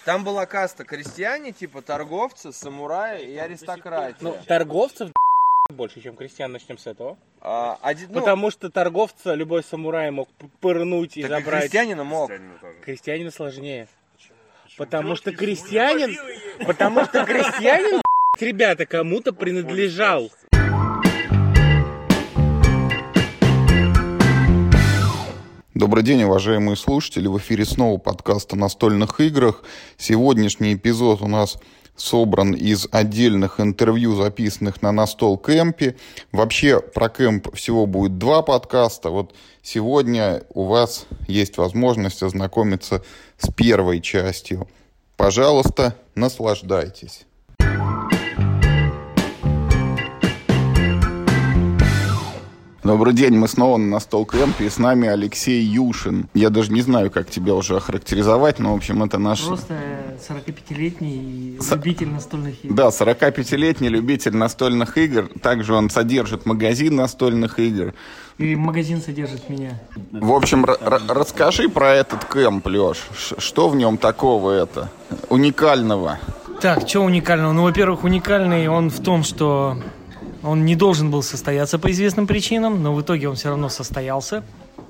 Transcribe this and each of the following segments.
Там была каста крестьяне, типа торговцы, самураи и аристократия. Ну, торговцев больше, чем крестьян, начнем с этого. Потому что торговца любой самурай мог пырнуть и так забрать. И крестьянина мог. Крестьянина сложнее. Потому что крестьянин, ребята, кому-то принадлежал. Добрый день, уважаемые слушатели. В эфире снова подкаст о настольных играх. Сегодняшний эпизод у нас собран из отдельных интервью, записанных на Настол Кэмпе. Вообще про кэмп всего будет 2 подкаста. Вот сегодня у вас есть возможность ознакомиться с первой частью. Пожалуйста, наслаждайтесь. Добрый день, мы снова на Настол Кэмпе, и с нами Алексей Юшин. Я даже не знаю, как тебя уже охарактеризовать, но, в общем, это наш... Просто 45-летний любитель настольных игр. Да, 45-летний любитель настольных игр. Также он содержит магазин настольных игр. И магазин содержит меня. В общем, расскажи про этот кэмп, Леш. Что в нем такого уникального? Так, что уникального? Ну, во-первых, уникальный он в том, что... Он не должен был состояться по известным причинам, но в итоге он все равно состоялся.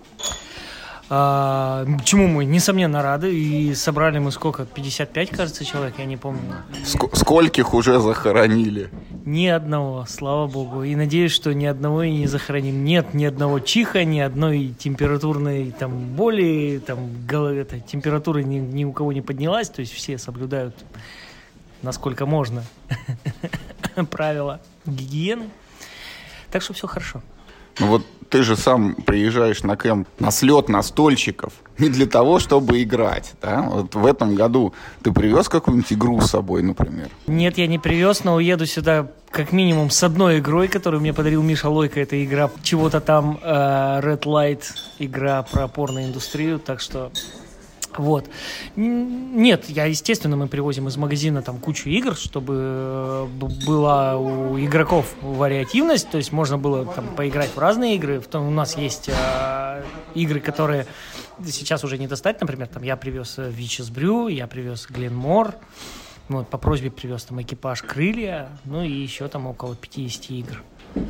Чему мы, несомненно, рады. И собрали мы сколько? 55, кажется, человек, я не помню. Скольких уже захоронили? Ни одного, слава богу. И надеюсь, что ни одного и не захороним. Нет ни одного чиха, ни одной температурной боли, температура ни у кого не поднялась. То есть все соблюдают, насколько можно, правила гигиены. Так что все хорошо. Ну вот ты же сам приезжаешь на кэмп, на слет настольщиков, не для того, чтобы играть, да? Вот в этом году ты привез какую-нибудь игру с собой, например? Нет, я не привез, но уеду сюда как минимум с одной игрой, которую мне подарил Миша Лойко. Это игра чего-то там, Red Light, игра про порноиндустрию, так что... Вот. Нет, естественно, мы привозим из магазина кучу игр, чтобы была у игроков вариативность, то есть можно было поиграть в разные игры. У нас есть игры, которые сейчас уже не достать, например, я привез Witch's Brew, я привез Glenmore, по просьбе привез экипаж Крылья, и еще около 50 игр.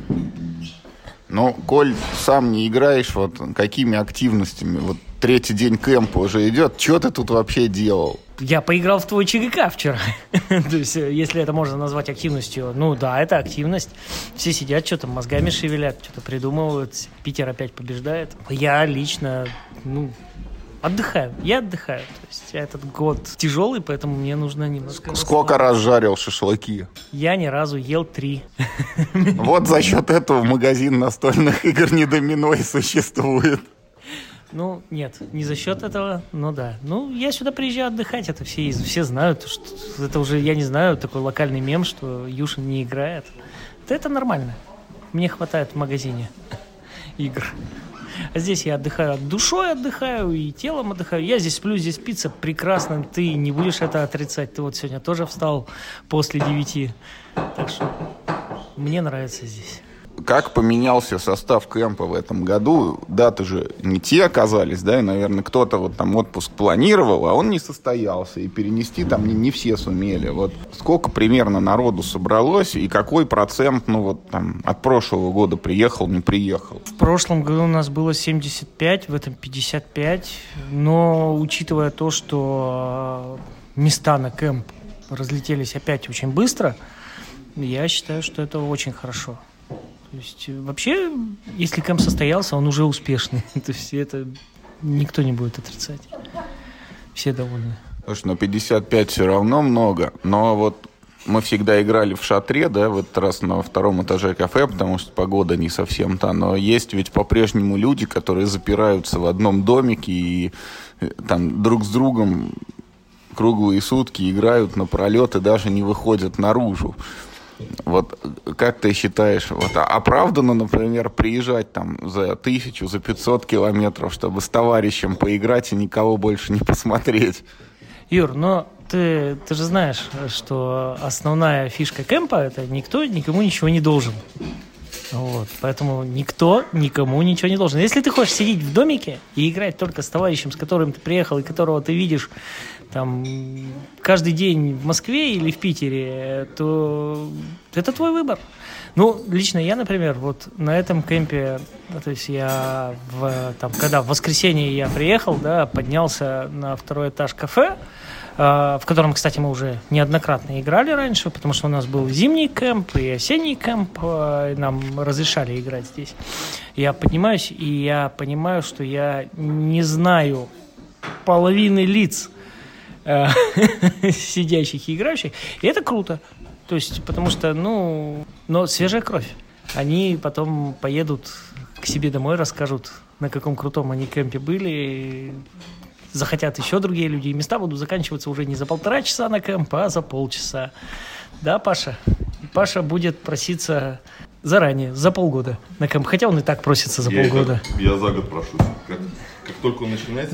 Ну, коль сам не играешь, какими активностями? Третий день кэмпа уже идет. Что ты тут вообще делал? Я поиграл в твой ЧГК вчера. То есть, если это можно назвать активностью, да, это активность. Все сидят, что-то мозгами шевелят, что-то придумывают. Питер опять побеждает. Я лично, отдыхаю. Я отдыхаю. То есть, этот год тяжелый, поэтому мне нужно немножко... Сколько раз жарил шашлыки? Я ни разу ел 3. Вот за счет этого магазин настольных игр «Не домино» и существует. Нет, не за счет этого, да. Я сюда приезжаю отдыхать, это все знают, что это уже, я не знаю, такой локальный мем, что Юшин не играет. Это нормально. Мне хватает в магазине игр. А здесь я отдыхаю, душой отдыхаю и телом отдыхаю. Я здесь сплю, здесь спится прекрасно, ты не будешь это отрицать. Ты сегодня тоже встал после 9. Так что мне нравится здесь. Как поменялся состав кэмпа в этом году? Даты же не те оказались, да, и, наверное, кто-то отпуск планировал, а он не состоялся, и перенести не все сумели. Сколько примерно народу собралось, и какой процент, от прошлого года приехал, не приехал? В прошлом году у нас было 75, в этом 55, но учитывая то, что места на кэмп разлетелись опять очень быстро, я считаю, что это очень хорошо. То есть, вообще, если кэмп состоялся, он уже успешный. То есть, это никто не будет отрицать. Все довольны. Слушай, 55 все равно много. Но мы всегда играли в шатре, да, в этот раз на 2-м этаже кафе, потому что погода не совсем та. Но есть ведь по-прежнему люди, которые запираются в одном домике и друг с другом круглые сутки играют напролет и даже не выходят наружу. Как ты считаешь, оправданно, например, приезжать за 1000, за 500 километров, чтобы с товарищем поиграть и никого больше не посмотреть? Юр, ты же знаешь, что основная фишка кэмпа – это никто никому ничего не должен. Поэтому никто никому ничего не должен. Если ты хочешь сидеть в домике и играть только с товарищем, с которым ты приехал и которого ты видишь там каждый день в Москве или в Питере, то это твой выбор. Ну, лично я, например, вот на этом кемпе, то есть я, когда в воскресенье я приехал, да, поднялся на второй этаж кафе, в котором, кстати, мы уже неоднократно играли раньше, потому что у нас был зимний кемп и осенний кемп, и нам разрешали играть здесь. Я поднимаюсь, и я понимаю, что я не знаю половины лиц сидящих и играющих, и это круто. То есть, потому что, но свежая кровь. Они потом поедут к себе домой, расскажут, на каком крутом они кемпе были, захотят еще другие люди, и места будут заканчиваться уже не за 1,5 часа на кемп, а за полчаса. Да, Паша? Паша будет проситься заранее, за полгода на кемп, хотя он и так просится за полгода. Я за год прошусь. Как только он начинается,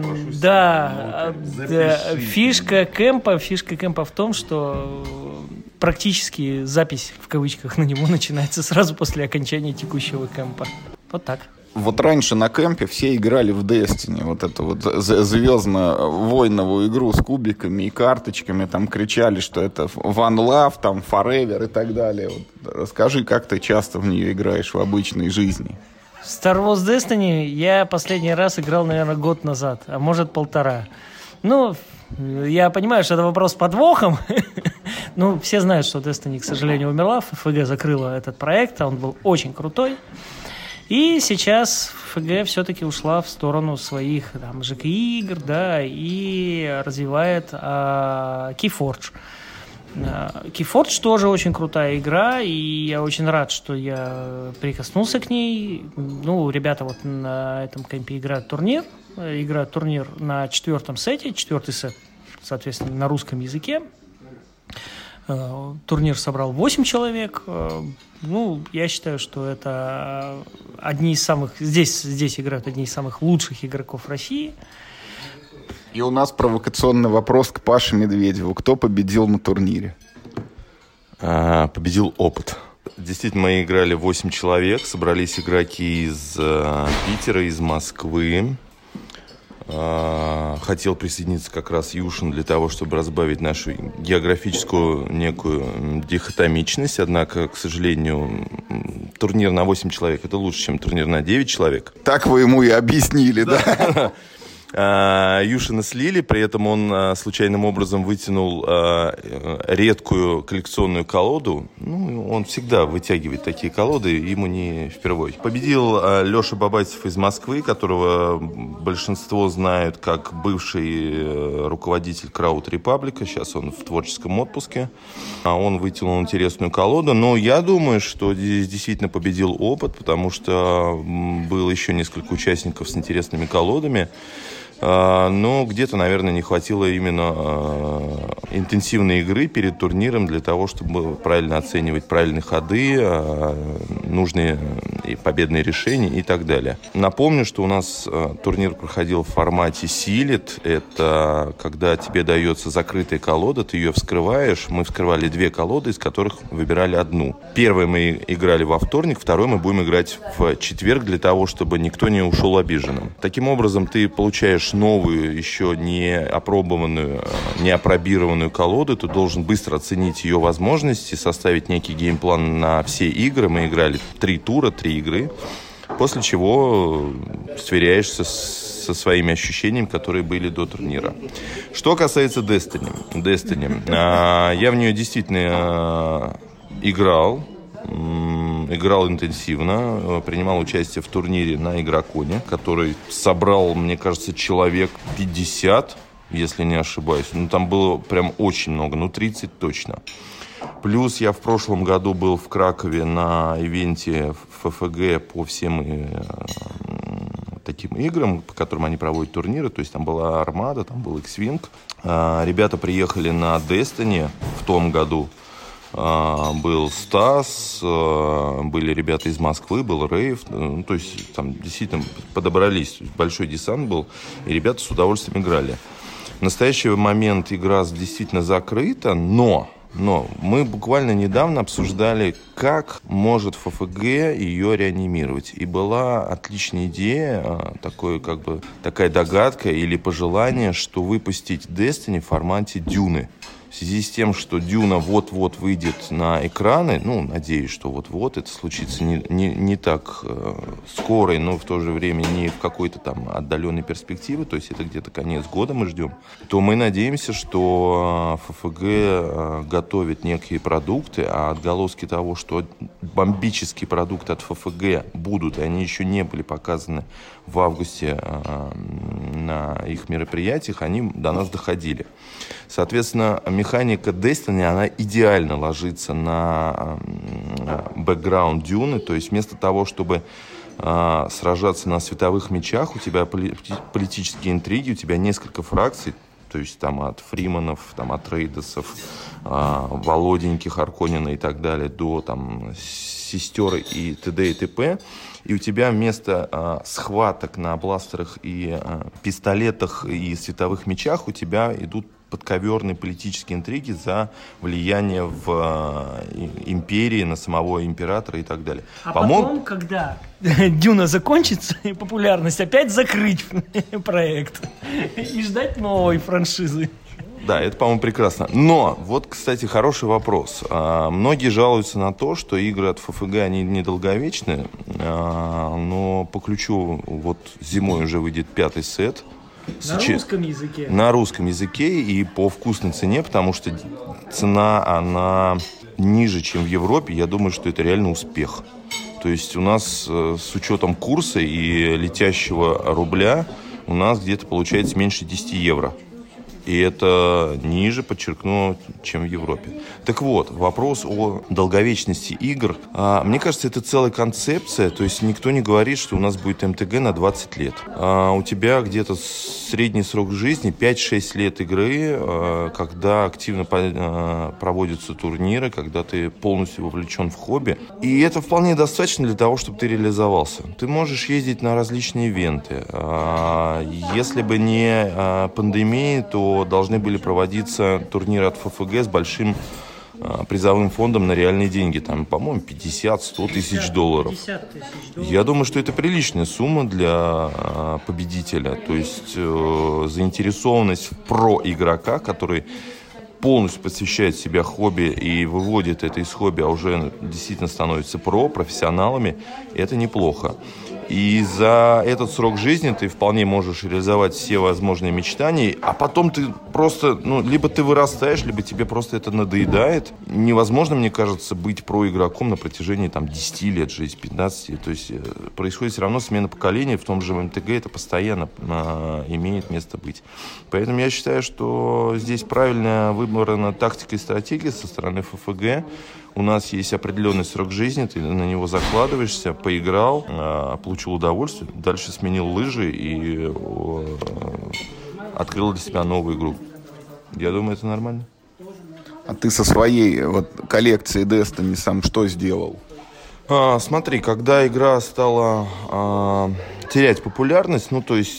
да. Фишка кемпа в том, что практически запись, в кавычках, на него начинается сразу после окончания текущего кемпа. Вот так. Вот раньше на кемпе все играли в Destiny, вот эту вот звездно-войновую игру с кубиками и карточками, там кричали, что это One Love, там Forever и так далее. Вот расскажи, как ты часто в нее играешь в обычной жизни? Star Wars Destiny я последний раз играл, наверное, год назад, а может 1,5. Ну, я понимаю, что это вопрос с подвохом. Ну, все знают, что Destiny, к сожалению, умерла. ФГ закрыла этот проект, а он был очень крутой. И сейчас ФГ все-таки ушла в сторону своих там ЖК-игр, да, и развивает Keyforge. Keyforge тоже очень крутая игра, и я очень рад, что я прикоснулся к ней. Ну, ребята вот на этом кемпе играют турнир на 4-м сете, 4-й сет, соответственно, на русском языке. Турнир собрал 8 человек. Ну, я считаю, что это одни из самых... Здесь играют одни из самых лучших игроков России. И у нас провокационный вопрос к Паше Медведеву. Кто победил на турнире? Победил опыт. Действительно, мы играли 8 человек. Собрались игроки из Питера, из Москвы. Хотел присоединиться как раз Юшин для того, чтобы разбавить нашу географическую некую дихотомичность. Однако, к сожалению, турнир на 8 человек – это лучше, чем турнир на 9 человек. Так вы ему и объяснили, да? Юшина слили, при этом он случайным образом вытянул редкую коллекционную колоду. Ну, он всегда вытягивает такие колоды, ему не впервой. Победил Леша Бабатев из Москвы, которого большинство знают как бывший руководитель Крауд Репаблика. Сейчас он в творческом отпуске. Он вытянул интересную колоду, но я думаю, что здесь действительно победил опыт, потому что было еще несколько участников с интересными колодами. Но где-то, наверное, не хватило именно интенсивной игры перед турниром для того, чтобы правильно оценивать правильные ходы, нужные и победные решения и так далее. Напомню, что у нас турнир проходил в формате Sealed. Это когда тебе дается закрытая колода, ты ее вскрываешь. Мы вскрывали 2 колоды, из которых выбирали одну. Первую мы играли во вторник, вторую мы будем играть в четверг для того, чтобы никто не ушел обиженным. Таким образом, ты получаешь новую, еще не опробованную, не опробированную колоду, ты должен быстро оценить ее возможности, составить некий геймплан на все игры. Мы играли 3 тура, 3 игры, после чего сверяешься со своими ощущениями, которые были до турнира. Что касается Destiny, я в нее действительно играл интенсивно, принимал участие в турнире на Игроконе, который собрал, мне кажется, человек 50, если не ошибаюсь. Ну, там было прям очень много, 30 точно. Плюс я в прошлом году был в Кракове на ивенте ФФГ по всем таким играм, по которым они проводят турниры. То есть там была Армада, там был X-Wing. Ребята приехали на Destiny в том году. Был Стас, были ребята из Москвы, был Рейв, то есть там действительно подобрались, большой десант был, и ребята с удовольствием играли. В настоящий момент игра действительно закрыта, но Но мы буквально недавно обсуждали, как может ФФГ ее реанимировать. И была отличная идея, такая догадка или пожелание, что выпустить Destiny в формате Дюны. В связи с тем, что Дюна вот-вот выйдет на экраны, надеюсь, что вот-вот это случится не так скоро, но в то же время не в какой-то там отдаленной перспективе, то есть это где-то конец года мы ждем, то мы надеемся, что ФФГ готовит некие продукты, а отголоски того, что бомбические продукты от ФФГ будут, и они еще не были показаны в августе на их мероприятиях, они до нас доходили. Соответственно, механика Destiny, она идеально ложится на бэкграунд Дюны, то есть вместо того, чтобы сражаться на световых мечах, у тебя политические интриги, у тебя несколько фракций, то есть там от Фриманов, там от Рейдосов, Володеньких, Арконина и так далее, до там сестер и т.д. и т.п. И у тебя вместо схваток на бластерах и пистолетах и световых мечах у тебя идут подковерные политические интриги за влияние в империи, на самого императора и так далее. А потом, когда Дюна закончится, и популярность, опять закрыть проект и ждать новой франшизы. Да, это, по-моему, прекрасно. Но, вот, кстати, хороший вопрос. Многие жалуются на то, что игры от ФФГ, они недолговечны, но по ключу вот зимой уже выйдет 5-й сет. На русском языке. На русском языке и по вкусной цене, потому что цена, она ниже, чем в Европе. Я думаю, что это реально успех. То есть у нас с учетом курса и летящего рубля у нас где-то получается меньше 10 евро. И это ниже, подчеркну, чем в Европе. Так вот, вопрос о долговечности игр. Мне кажется, это целая концепция. То есть никто не говорит, что у нас будет МТГ на 20 лет. У тебя где-то средний срок жизни 5-6 лет игры, когда активно проводятся турниры, когда ты полностью вовлечен в хобби. И это вполне достаточно для того, чтобы ты реализовался. Ты можешь ездить на различные ивенты. Если бы не пандемия, то должны были проводиться турниры от ФФГ с большим призовым фондом на реальные деньги. Там, по-моему, 50-100 тысяч долларов. 50 тысяч долларов. Я думаю, что это приличная сумма для победителя. То есть заинтересованность в про-игрока, который полностью посвящает себя хобби и выводит это из хобби, а уже действительно становится профессионалами, это неплохо. И за этот срок жизни ты вполне можешь реализовать все возможные мечтания, а потом ты просто, либо ты вырастаешь, либо тебе просто это надоедает. Невозможно, мне кажется, быть проигроком на протяжении 10 лет жизни, 15. То есть происходит все равно смена поколений, в том же МТГ это постоянно имеет место быть. Поэтому я считаю, что здесь правильно выбрана тактика и стратегия со стороны ФФГ. У нас есть определенный срок жизни, ты на него закладываешься, поиграл, получил удовольствие, дальше сменил лыжи и открыл для себя новую игру. Я думаю, это нормально. А ты со своей коллекцией Destiny сам что сделал? Смотри, когда игра стала терять популярность,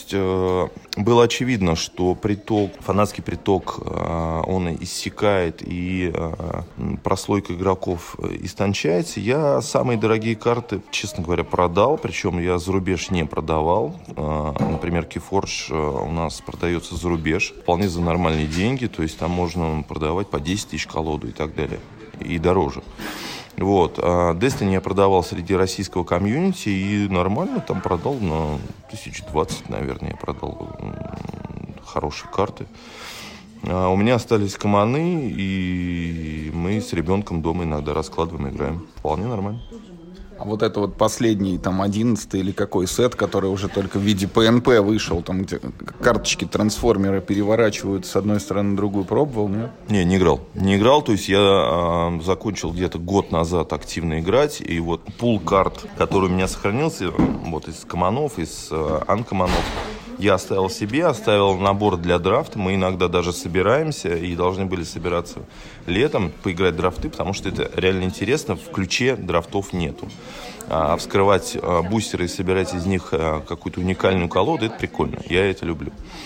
было очевидно, что фанатский приток, он иссякает и прослойка игроков истончается. Я самые дорогие карты, честно говоря, продал, причем я за рубеж не продавал. Например, Keyforge у нас продается за рубеж, вполне за нормальные деньги, то есть там можно продавать по 10 тысяч колоду и так далее, и дороже. Destiny я продавал среди российского комьюнити и нормально там продал на 1020, наверное, я продал хорошие карты. У меня остались команы, и мы с ребенком дома иногда раскладываем, играем. Вполне нормально. А вот это последний, 11-й или какой сет, который уже только в виде ПНП вышел, там где карточки трансформеры переворачивают с одной стороны на другую, пробовал, нет? Не играл. Не играл, то есть я закончил где-то год назад активно играть, и пул карт, который у меня сохранился, из команов, из анкоманов, я оставил себе, оставил набор для драфта. Мы иногда даже собираемся и должны были собираться летом, поиграть в драфты, потому что это реально интересно. В ключе драфтов нету. А вскрывать бустеры и собирать из них какую-то уникальную колоду, это прикольно. Я это люблю.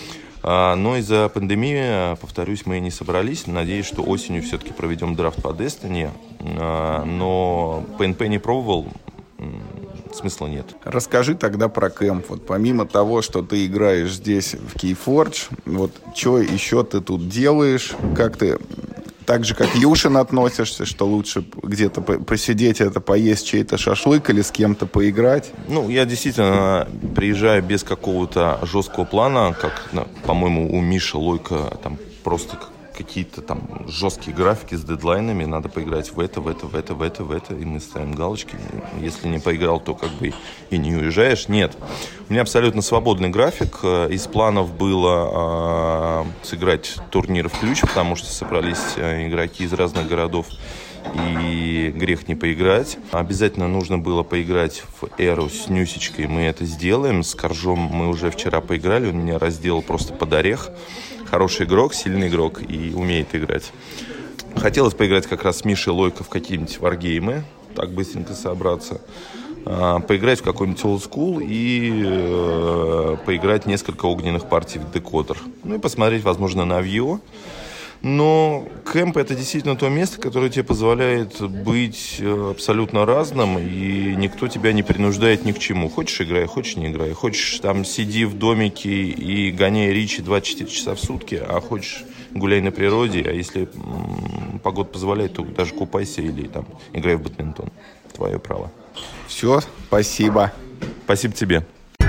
Но из-за пандемии, повторюсь, мы не собрались. Надеюсь, что осенью все-таки проведем драфт по Destiny. Но ПНП не пробовал, смысла нет. Расскажи тогда про кэмп. Вот помимо того, что ты играешь здесь в Keyforge, вот что еще ты тут делаешь? Как ты так же, как Юшин, относишься, что лучше где-то посидеть, это поесть чей-то шашлык или с кем-то поиграть? Ну, я действительно приезжаю без какого-то жесткого плана, как, по-моему, у Миши Лойко, там просто какие-то там жесткие графики с дедлайнами, надо поиграть в это, и мы ставим галочки. Если не поиграл, то как бы и не уезжаешь. Нет. У меня абсолютно свободный график. Из планов было сыграть турнир в ключ, потому что собрались игроки из разных городов, и грех не поиграть. Обязательно нужно было поиграть в Эру с Нюсечкой. Мы это сделаем. С Коржом мы уже вчера поиграли. Он меня разделал просто под орех. Хороший игрок, сильный игрок и умеет играть. Хотелось поиграть как раз с Мишей Лойко в какие-нибудь варгеймы, так быстренько собраться. Поиграть в какой-нибудь олдскул и поиграть несколько огненных партий в декодер. Ну и посмотреть, возможно, на Вьё. Но кэмп — это действительно то место, которое тебе позволяет быть абсолютно разным, и никто тебя не принуждает ни к чему. Хочешь — играй, хочешь — не играй. Хочешь — там сиди в домике и гоняй Ричи 24 часа в сутки, а хочешь — гуляй на природе, а если погода позволяет, то даже купайся или там играй в бадминтон. Твое право. Все, спасибо. Спасибо тебе.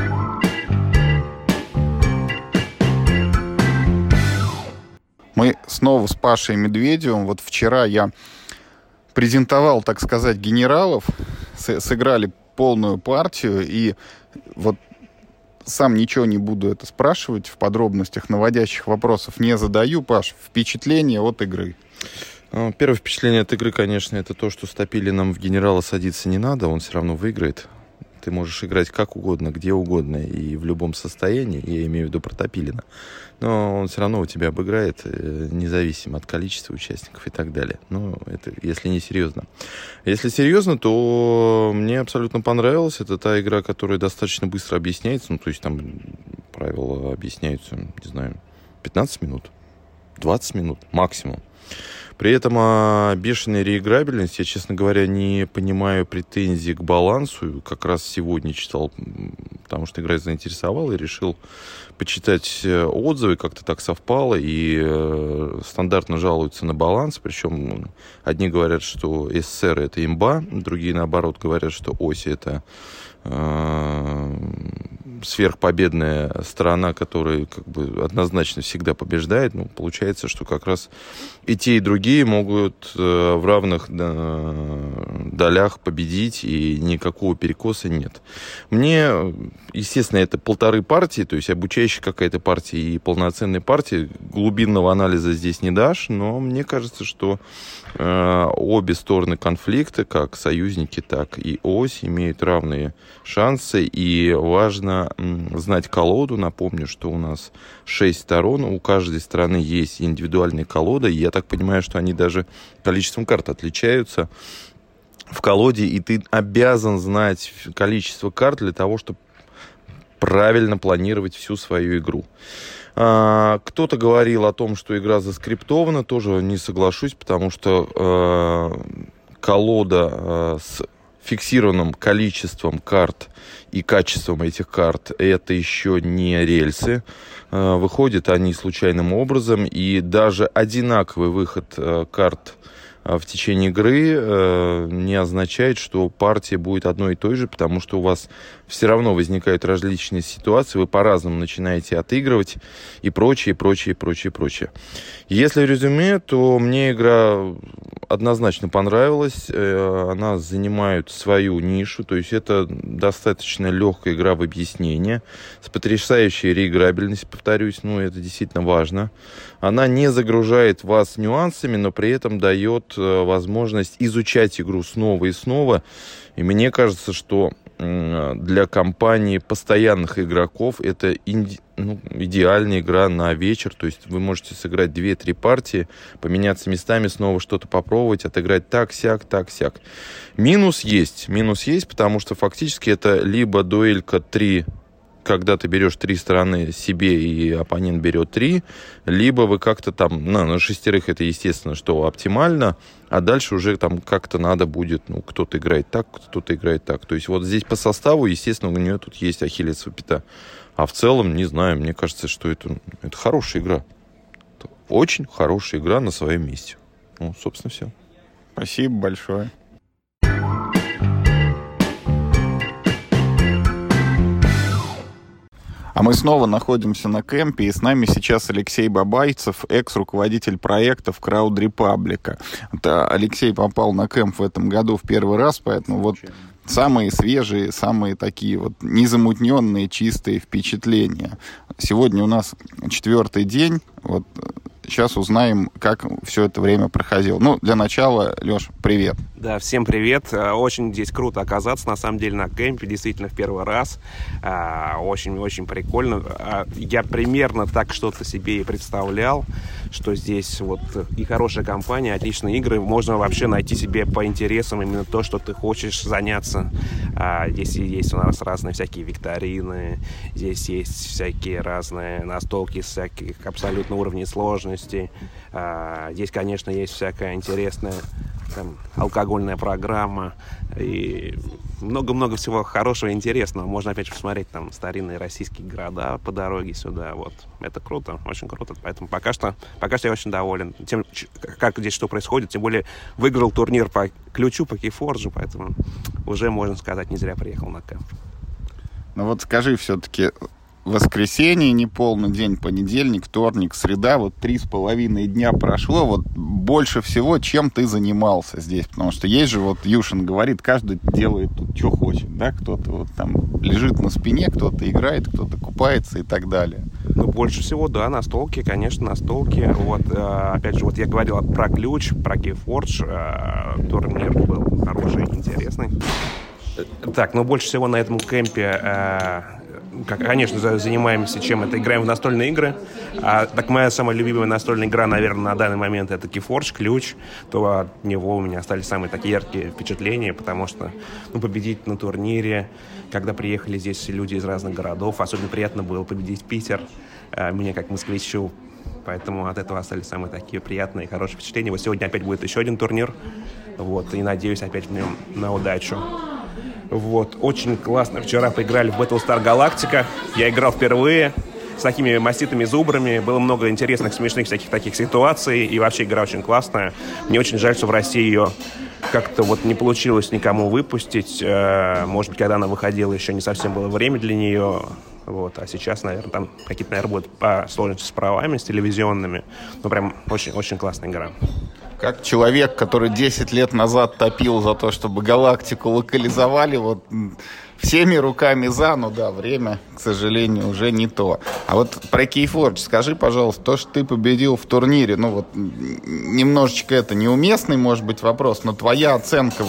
Мы снова с Пашей Медведевым. Вот вчера я презентовал, так сказать, генералов. Сыграли полную партию. И вот сам ничего не буду это спрашивать в подробностях, наводящих вопросов не задаю. Паш, впечатление от игры? Первое впечатление от игры, конечно, это то, что с Топилиным в генерала садиться не надо. Он все равно выиграет. Ты можешь играть как угодно, где угодно и в любом состоянии, я имею в виду про Топилина, но он все равно у тебя обыграет, независимо от количества участников и так далее. Ну, это если не серьезно. Если серьезно, то мне абсолютно понравилось. Это та игра, которая достаточно быстро объясняется. Ну, то есть там правила объясняются, не знаю, 15 минут, 20 минут максимум. При этом бешеная реиграбельность, я, честно говоря, не понимаю претензий к балансу. Как раз сегодня читал, потому что игра заинтересовала, и решил почитать отзывы, как-то так совпало, и стандартно жалуются на баланс. Причем одни говорят, что СССР — это имба, другие, наоборот, говорят, что Оси — это сверхпобедная сторона, которая как бы однозначно всегда побеждает. Ну, получается, что как раз и те, и другие могут в равных долях победить, и никакого перекоса нет. Мне, естественно, это полторы партии, то есть обучающая какая-то партия и полноценная партия. Глубинного анализа здесь не дашь, но мне кажется, что обе стороны конфликта, как союзники, так и ось, имеют равные шансы, и важно знать колоду. Напомню, что у нас 6 сторон, у каждой стороны есть индивидуальная колода, и я так понимаю, что они даже количеством карт отличаются в колоде, и ты обязан знать количество карт для того, чтобы правильно планировать всю свою игру. Кто-то говорил о том, что игра заскриптована, тоже не соглашусь, потому что колода с фиксированным количеством карт и качеством этих карт — это еще не рельсы. Выходят они случайным образом, и даже одинаковый выход карт в течение игры не означает, что партия будет одной и той же, потому что у вас все равно возникают различные ситуации, вы по-разному начинаете отыгрывать и прочее, прочее, прочее, прочее. Если резюме, то мне игра однозначно понравилась. Она занимает свою нишу, то есть это достаточно легкая игра в объяснение, с потрясающей реиграбельностью, повторюсь, ну это действительно важно. Она не загружает вас нюансами, но при этом дает возможность изучать игру снова и снова. И мне кажется, что для компании постоянных игроков это идеальная игра на вечер. То есть вы можете сыграть 2-3 партии, поменяться местами, снова что-то попробовать, отыграть так-сяк, так-сяк. Минус есть, потому что фактически это либо дуэлька 3 когда ты берешь 3 стороны себе и оппонент берет 3, либо вы как-то там, на 6 это естественно, что оптимально, а дальше уже там как-то надо будет, кто-то играет так, кто-то играет так. То есть вот здесь по составу, естественно, у нее тут есть ахиллесова пята. А в целом, не знаю, мне кажется, что это хорошая игра. Очень хорошая игра на своем месте. Собственно, все. Спасибо большое. А мы снова находимся на кемпе, и с нами сейчас Алексей Бабайцев, экс-руководитель проектов Crowd Republic. Алексей попал на кемп в этом году в первый раз, поэтому вот самые свежие, самые такие вот незамутненные, чистые впечатления. Сегодня у нас 4-й день, вот сейчас узнаем, как все это время проходило. Для начала, Леш, привет. Да, всем привет. Очень здесь круто оказаться, на самом деле, на кемпе, действительно, в первый раз. Очень-очень прикольно. Я примерно так что-то себе и представлял, что здесь вот и хорошая компания, отличные игры. Можно вообще найти себе по интересам именно то, что ты хочешь заняться. Здесь есть у нас разные всякие викторины, здесь есть всякие разные настолки всяких абсолютно уровней сложности. Здесь, конечно, есть всякая интересная алкогольная программа и много-много всего хорошего и интересного. Можно, опять же, посмотреть старинные российские города по дороге сюда. Вот. Это круто, очень круто. Поэтому пока что я очень доволен тем, как здесь что происходит. Тем более выиграл турнир по ключу, по Keyforge, поэтому уже, можно сказать, не зря приехал на кемп. Вот скажи все-таки, воскресенье, неполный день, понедельник, вторник, среда, вот 3,5 дня прошло, вот больше всего чем ты занимался здесь? Потому что есть же, вот Юшин говорит, каждый делает тут, что хочет, да, кто-то вот там лежит на спине, кто-то играет, кто-то купается и так далее. Больше всего, да, настолки, конечно, настолки. Вот, опять же, вот я говорил про ключ, про Keyforge, турнир был хороший, интересный. Так, больше всего на этом кемпе, конечно, занимаемся чем? Это играем в настольные игры. Так моя самая любимая настольная игра, наверное, на данный момент это Keyforge, ключ. То от него у меня остались самые такие яркие впечатления, потому что победить на турнире, когда приехали здесь люди из разных городов, особенно приятно было победить Питер, мне как москвичу. Поэтому от этого остались самые такие приятные и хорошие впечатления. Вот сегодня опять будет еще один турнир. Вот, и надеюсь опять в нем на удачу. Вот, очень классно. Вчера поиграли в Battlestar Galactica. Я играл впервые с такими маститыми зубрами. Было много интересных, смешных всяких таких ситуаций. И вообще игра очень классная. Мне очень жаль, что в России ее как-то вот не получилось никому выпустить. Может быть, когда она выходила, еще не совсем было время для нее. Вот, а сейчас, наверное, там какие-то, наверное, будут по сложности с правами, с телевизионными. Прям очень-очень классная игра. Как человек, который 10 лет назад топил за то, чтобы галактику локализовали, вот всеми руками за, время, к сожалению, уже не то. А вот про Keyforge скажи, пожалуйста, то, что ты победил в турнире, немножечко это неуместный, может быть, вопрос, но твоя оценка,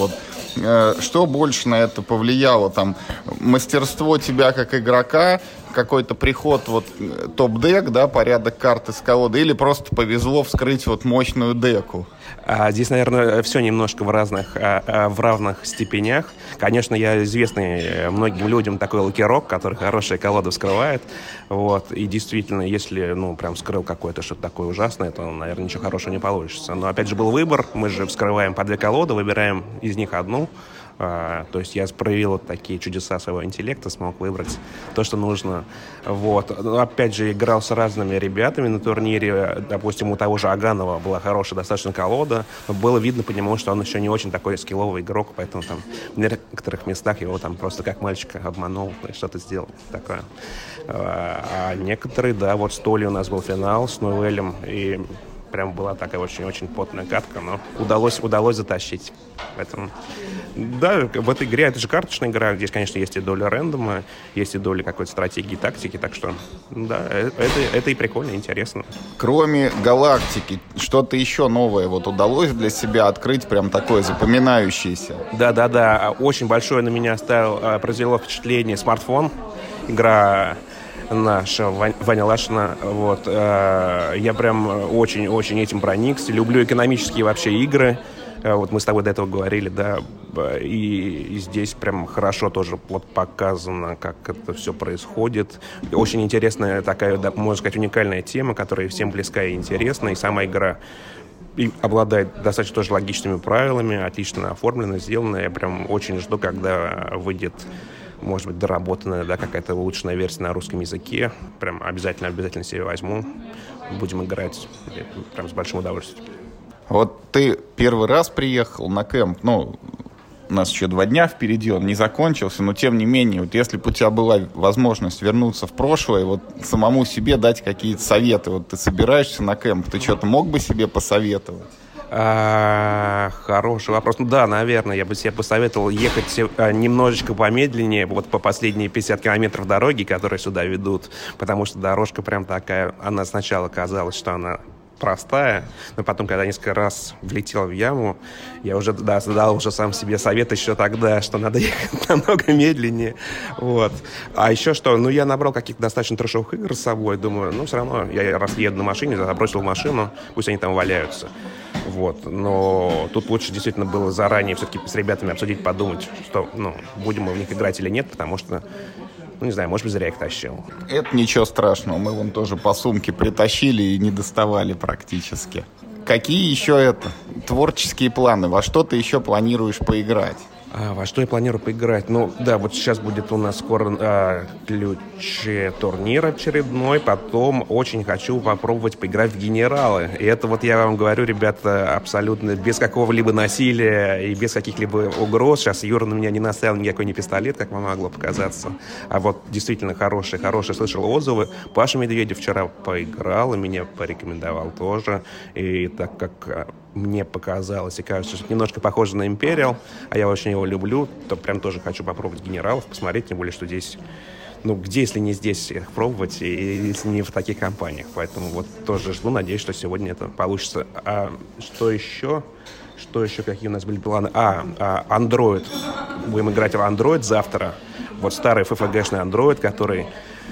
что больше на это повлияло, мастерство тебя как игрока, какой-то приход, топ-дек, да, порядок карт из колоды, или просто повезло вскрыть мощную деку? Здесь, наверное, все немножко в равных степенях. Конечно, я известный многим людям такой лакерок, который хорошие колоды вскрывает. Вот. И действительно, если, прям вскрыл какое-то что-то такое ужасное, то, наверное, ничего хорошего не получится. Но, опять же, был выбор. Мы же вскрываем по 2 колоды, выбираем из них одну. То есть я проявил такие чудеса своего интеллекта, смог выбрать то, что нужно. Вот. Но опять же, играл с разными ребятами на турнире. Допустим, у того же Аганова была хорошая достаточно колода. Но было видно по нему, что он еще не очень такой скилловый игрок, поэтому в некоторых местах его просто как мальчика обманул, что-то сделал такое. А некоторые, да, с Толей у нас был финал с Нуэлем, и прям была такая очень-очень потная катка, но удалось затащить. Поэтому, да, в этой игре, это же карточная игра, здесь, конечно, есть и доля рэндома, есть и доля какой-то стратегии, тактики, так что, да, это и прикольно, и интересно. Кроме галактики, что-то еще новое удалось для себя открыть, прям такое запоминающееся? Да, очень большое на меня произвело впечатление смартфон, игра наша Ваня Лашина. Я прям очень-очень этим проникся. Люблю экономические вообще игры. Вот мы с тобой до этого говорили, да, и здесь прям хорошо тоже вот показано, как это все происходит. Очень интересная такая, да, можно сказать, уникальная тема, которая всем близка и интересна, и сама игра и обладает достаточно тоже логичными правилами, отлично оформлена, сделана. Я прям очень жду, когда выйдет, может быть, доработанная, да, какая-то улучшенная версия на русском языке. Прям обязательно себе возьму. Будем играть прям с большим удовольствием. Вот ты первый раз приехал на кемп, у нас еще 2 дня впереди, он не закончился, но тем не менее, вот если бы у тебя была возможность вернуться в прошлое, вот самому себе дать какие-то советы, вот ты собираешься на кемп, ты что-то мог бы себе посоветовать? Хороший вопрос. Да, наверное, я бы себе посоветовал ехать немножечко помедленнее, вот по последние 50 километров дороги, которые сюда ведут, потому что дорожка прям такая, она сначала казалась, что она простая, но потом, когда несколько раз влетел в яму, я уже дал уже сам себе совет еще тогда, что надо ехать намного медленнее. Вот. А еще что, я набрал каких-то достаточно трэшовых игр с собой, думаю, все равно, я раз еду на машине, забросил машину, пусть они там валяются. Вот. Но тут лучше действительно было заранее все-таки с ребятами обсудить, подумать, что, будем мы в них играть или нет, потому что не знаю, может быть, зря их тащил. Это ничего страшного. Мы вон тоже по сумке притащили и не доставали практически. Какие еще творческие планы? Во что ты еще планируешь поиграть? Во что я планирую поиграть? Вот сейчас будет у нас скоро ключ-турнир очередной. Потом очень хочу попробовать поиграть в генералы. И это вот я вам говорю, ребята, абсолютно без какого-либо насилия и без каких-либо угроз. Сейчас Юра на меня не наставил никакой не пистолет, как вам могло показаться. А вот действительно хороший, слышал отзывы. Паша Медведев вчера поиграл и меня порекомендовал тоже. И так как мне показалось и кажется, что немножко похоже на Imperial, а я очень его люблю, то прям тоже хочу попробовать генералов, посмотреть, тем более, что здесь, где, если не здесь их пробовать, и если не в таких компаниях. Поэтому вот тоже жду, надеюсь, что сегодня это получится. А что еще? Какие у нас были планы? Android. Будем играть в Android завтра. Вот старый FFG-шный Android, который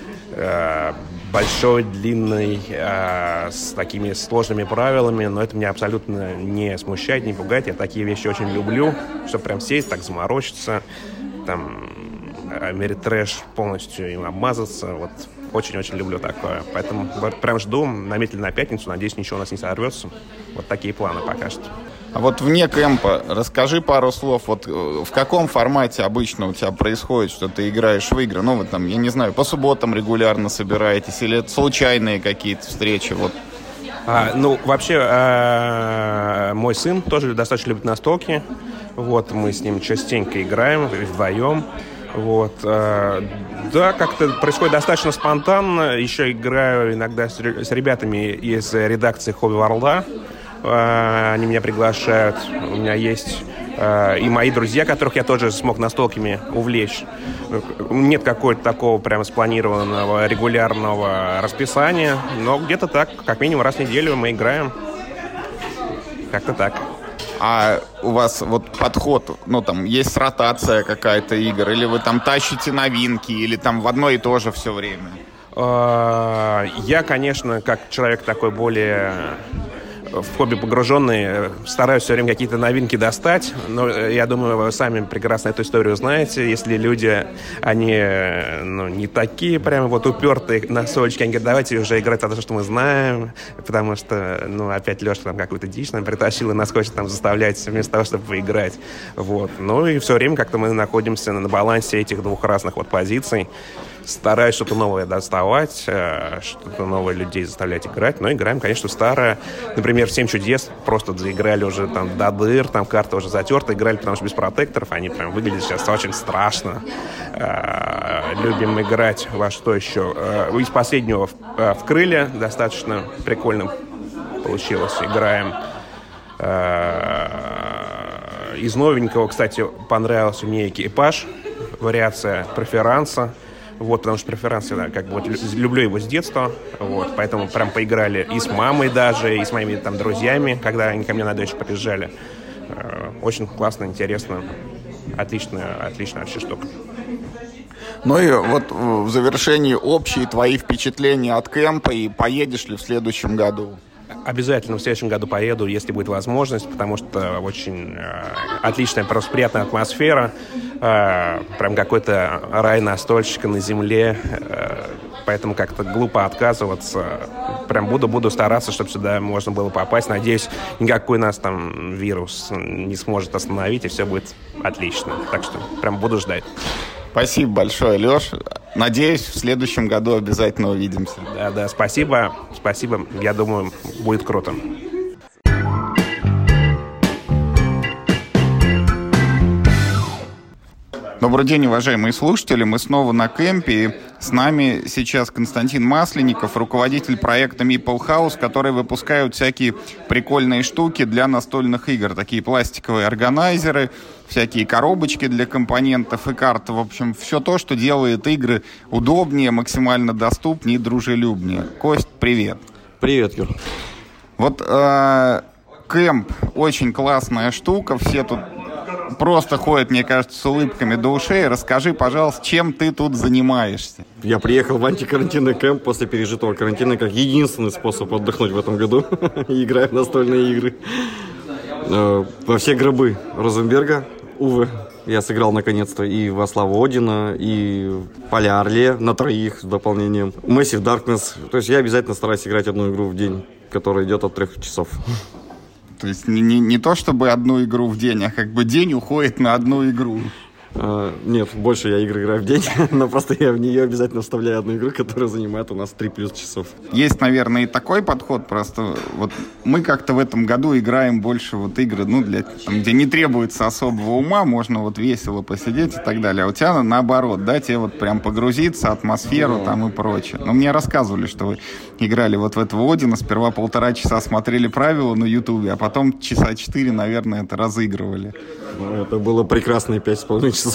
большой, длинный, с такими сложными правилами, но это меня абсолютно не смущает, не пугает. Я такие вещи очень люблю, чтобы прям сесть, так заморочиться, там, Америтрэш полностью им обмазаться. Вот очень-очень люблю такое. Поэтому вот прям жду, наметили на пятницу, надеюсь, ничего у нас не сорвется. Вот такие планы пока что. А вот вне кемпа расскажи пару слов. Вот в каком формате обычно у тебя происходит, что ты играешь в игры? Вы там, я не знаю, по субботам регулярно собираетесь или это случайные какие-то встречи? Вот. Вообще, мой сын тоже достаточно любит настолки. Вот, мы с ним частенько играем вдвоем. Вот, да, как-то происходит достаточно спонтанно. Еще играю иногда с ребятами из редакции Хобби Ворлда. Они меня приглашают. У меня есть и мои друзья, которых я тоже смог настолками увлечь. Нет какого-то такого прям спланированного регулярного расписания, но где-то так, как минимум раз в неделю мы играем. Как-то так. А у вас вот подход, там есть ротация какая-то игр, или вы там тащите новинки, или там в одно и то же все время? Я, конечно, как человек такой более в хобби погруженный, стараюсь все время какие-то новинки достать, но я думаю, вы сами прекрасно эту историю знаете. Если люди, они не такие прям вот упертые на солечке, они говорят, давайте уже играть за то, что мы знаем, потому что, опять Леша там какую-то дичь нам притащил и нас хочет там заставлять вместо того, чтобы поиграть. Вот. И все время как-то мы находимся на балансе этих двух разных вот позиций. Стараюсь что-то новое доставать, что-то новое людей заставлять играть. Но играем, конечно, старое. Например, в «7 чудес» просто заиграли уже там до дыр, там карта уже затерта. Играли, потому что без протекторов. Они прям выглядят сейчас очень страшно. Любим играть во что еще? Из последнего в «Крылья» достаточно прикольно получилось. Играем. Из новенького, кстати, понравился мне «Экипаж». Вариация преферанса. Вот, потому что преферанс, я люблю его с детства, вот, поэтому прям поиграли и с мамой даже, и с моими там друзьями, когда они ко мне на дачу приезжали. Очень классно, интересно, отличная вообще штука. И вот в завершении общие твои впечатления от кемпа, и поедешь ли в следующем году? Обязательно в следующем году поеду, если будет возможность, потому что очень отличная, просто приятная атмосфера. Прям какой-то рай настольщика на земле. Поэтому как-то глупо отказываться. Прям буду стараться, чтобы сюда можно было попасть. Надеюсь, никакой нас там вирус не сможет остановить, и все будет отлично. Так что прям буду ждать. Спасибо большое, Леш. Надеюсь, в следующем году обязательно увидимся. Да, спасибо. Я думаю, будет круто. Добрый день, уважаемые слушатели. Мы снова на кемпе. И с нами сейчас Константин Масленников, руководитель проекта Meeple House, который выпускают всякие прикольные штуки для настольных игр. Такие пластиковые органайзеры, всякие коробочки для компонентов и карт. В общем, все то, что делает игры удобнее, максимально доступнее и дружелюбнее. Кость, привет. Привет, Юр. Вот кемп очень классная штука. Все тут просто ходят, мне кажется, с улыбками до ушей. Расскажи, пожалуйста, чем ты тут занимаешься? Я приехал в антикарантинный кемп после пережитого карантина как единственный способ отдохнуть в этом году. Играю в настольные игры. Во все гробы Розенберга, увы, я сыграл наконец-то и во Славу Одина, и Поля Орле на 3 с дополнением. Massive Darkness. То есть я обязательно стараюсь играть одну игру в день, которая идет от 3 часов. То есть не то, чтобы одну игру в день, а как бы день уходит на одну игру. Нет, больше я игры играю в день, но просто я в нее обязательно вставляю одну игру, которая занимает у нас 3+ часов. Есть, наверное, и такой подход, просто вот мы как-то в этом году играем больше вот игры, для, там, где не требуется особого ума, можно вот весело посидеть и так далее. А у тебя наоборот, да, тебе вот прям погрузиться, атмосферу там и прочее. Но мне рассказывали, что вы играли вот в этого Одина, сперва 1,5 часа смотрели правила на Ютубе, а потом часа 4, наверное, это разыгрывали. Это было прекрасные 5,5 часов.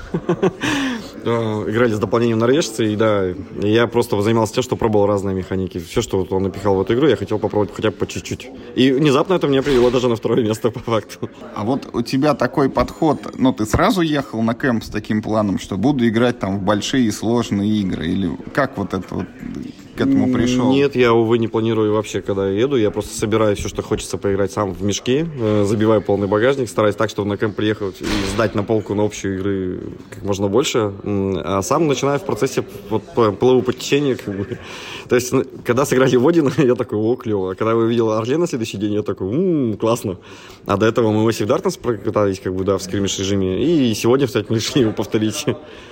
Играли с дополнением норвежцы, и да, я просто занимался тем, что пробовал разные механики. Все, что он напихал в эту игру, я хотел попробовать хотя бы по чуть-чуть. И внезапно это меня привело даже на 2 место, по факту. А вот у тебя такой подход, ты сразу ехал на кемп с таким планом, что буду играть там в большие сложные игры? Или как вот это вот к этому пришел? Нет, я, увы, не планирую вообще, когда я еду. Я просто собираю все, что хочется поиграть сам в мешки, забиваю полный багажник, стараюсь так, чтобы на кемп приехать и сдать на полку на общие игры как можно больше. А сам начинаю в процессе плыву по течению. То есть, когда сыграли в Одина, я такой, клево. А когда я увидел Орле на следующий день, я такой, классно. А до этого мы Massive Darkness прокатались в скримиш режиме. И сегодня, кстати, мы решили его повторить.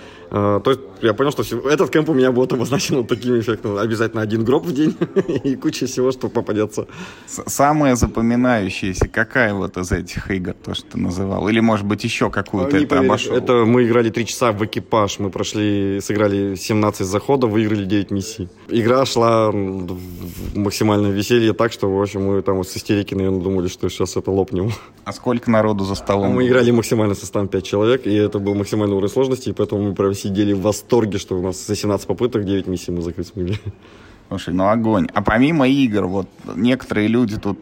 То есть я понял, что этот кемп у меня будет обозначен вот таким эффектом. Обязательно 1 гроб в день и куча всего, что попадется. Самая запоминающаяся какая вот из этих игр, то, что ты называл? Или, может быть, еще какую-то это обошел? Это мы играли 3 часа в экипаж. Мы сыграли 17 заходов, выиграли 9 миссий. Игра шла в максимальном веселье так, что, в общем, мы там с истерики, наверное, думали, что сейчас это лопнем. А сколько народу за столом? Мы играли максимально составом 5 человек, и это был максимальный уровень сложности, и поэтому мы прям сидели в восторге, что у нас за 17 попыток 9 миссий мы закрыть смогли. Слушай, огонь. А помимо игр, вот некоторые люди тут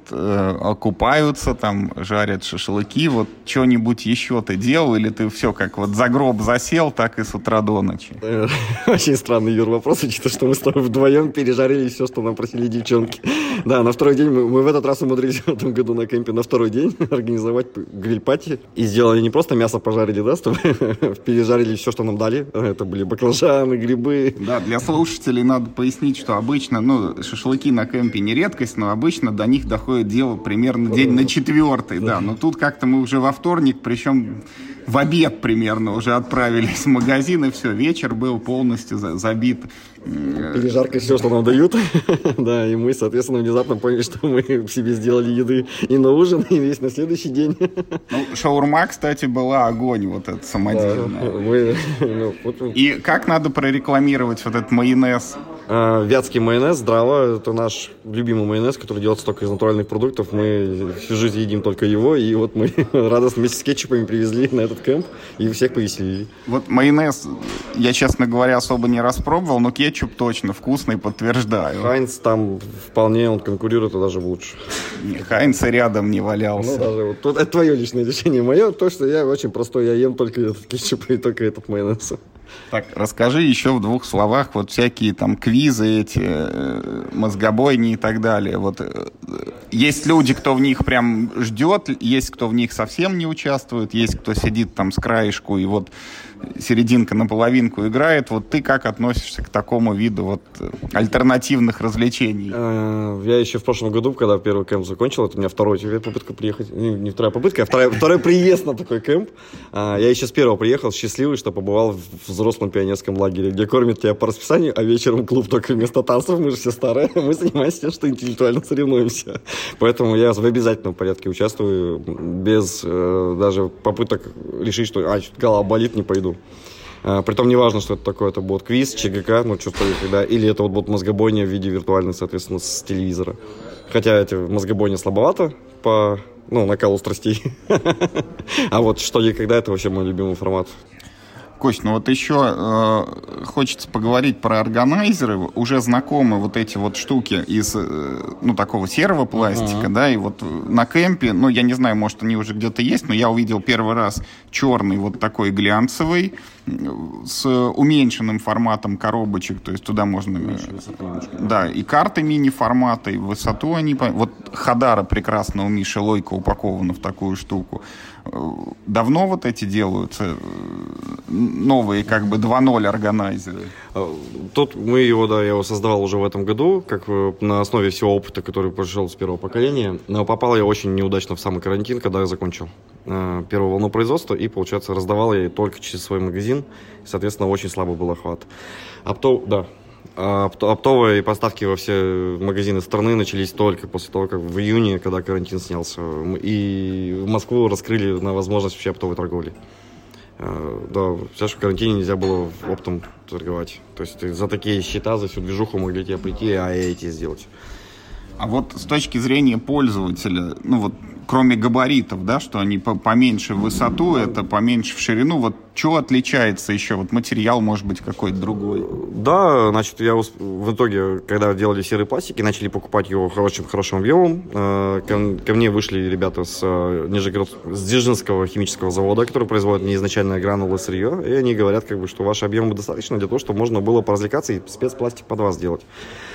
купаются, там жарят шашлыки, вот что-нибудь еще ты делал, или ты все как вот за гроб засел, так и с утра до ночи? Очень странный, Юр, вопрос, учитывая, что мы с тобой вдвоем пережарили все, что нам просили девчонки. Да, на 2-й день мы в этот раз умудрились в этом году на кемпе на 2-й день организовать гриль-пати. И сделали не просто мясо пожарили, да, чтобы пережарили все, что нам дали. Это были баклажаны, грибы. Да, для слушателей надо пояснить, что обычно, шашлыки на кемпе не редкость, но обычно до них доходит дело примерно день на 4-й, да. Но тут как-то мы уже во вторник, причем в обед примерно уже отправились в магазин, и все, вечер был полностью забит. Пережаркой все, что нам дают. Да, и мы, соответственно, внезапно поняли, что мы себе сделали еды и на ужин, и весь на следующий день. Шаурма, кстати, была огонь, вот этот самодельный. И как надо прорекламировать вот этот майонез? Вятский майонез, Драва, это наш любимый майонез, который делается только из натуральных продуктов. Мы всю жизнь едим только его, и вот мы радостно вместе с кетчупами привезли на этот кемп и всех повеселили. Вот майонез я, честно говоря, особо не распробовал, но кетчуп точно вкусный, подтверждаю. Хайнц там вполне, он конкурирует и даже лучше. Хайнц и рядом не валялся. Даже это твое личное решение. Мое, то, что я очень простой, я ем только этот кетчуп и только этот майонез. Так, расскажи еще в 2 словах вот всякие там квизы эти, мозгобойни и так далее. Вот есть люди, кто в них прям ждет, есть кто в них совсем не участвует, есть кто сидит там с краешку и вот серединка на половинку играет. Вот ты как относишься к такому виду вот альтернативных развлечений? Я еще в прошлом году, когда первый кэмп закончил, это у меня вторая попытка приехать, не вторая попытка, а второй приезд на такой кэмп. Я еще с первого приехал, счастливый, что побывал в взрослом пионерском лагере, где кормят тебя по расписанию, а вечером клуб только вместо танцев, мы же все старые, мы занимаемся тем, что интеллектуально соревнуемся. Поэтому я в обязательном порядке участвую, без даже попыток решить, что голова болит, не пойду. Притом не важно, что это такое, это будет квиз, ЧГК, ну что-то когда, или это вот будет мозгобойня в виде виртуальной, соответственно, с телевизора. Хотя эти мозгобойня слабовато по накалу страстей. А вот что и когда, это вообще мой любимый формат. Кость, ну вот еще хочется поговорить про органайзеры. Уже знакомы вот эти вот штуки из, такого серого пластика, да, и вот на кемпе, я не знаю, может, они уже где-то есть, но я увидел первый раз черный вот такой глянцевый с уменьшенным форматом коробочек, то есть туда можно... Да, и карты мини-формата, и высоту они... Вот Хадара прекрасно у Миши Лойко упакована в такую штуку. Давно вот эти делаются новые, как бы 2.0 органайзеры? Тут я его создавал уже в этом году, как на основе всего опыта, который пришел с первого поколения. Но попал я очень неудачно в самый карантин, когда я закончил первую волну производства, и, получается, раздавал я только через свой магазин, и, соответственно, очень слабый был охват. Оптовые поставки во все магазины страны начались только после того, как в июне, когда карантин снялся. И в Москву раскрыли на возможность вообще оптовой торговли. Да, в карантине нельзя было оптом торговать. То есть за такие счета, за всю движуху могли тебе прийти, эти сделать. А вот с точки зрения пользователя, кроме габаритов, да, что они поменьше в высоту, это поменьше в ширину, вот что отличается еще? Вот материал может быть какой-то другой? Да, значит, я в итоге, когда делали серые пластики, начали покупать его хорошим объемом. Ко мне вышли ребята с Дзержинского химического завода, который производит неизначальное гранулы сырье, и они говорят, что ваши объемы достаточно для того, чтобы можно было поразвлекаться и спецпластик под вас сделать.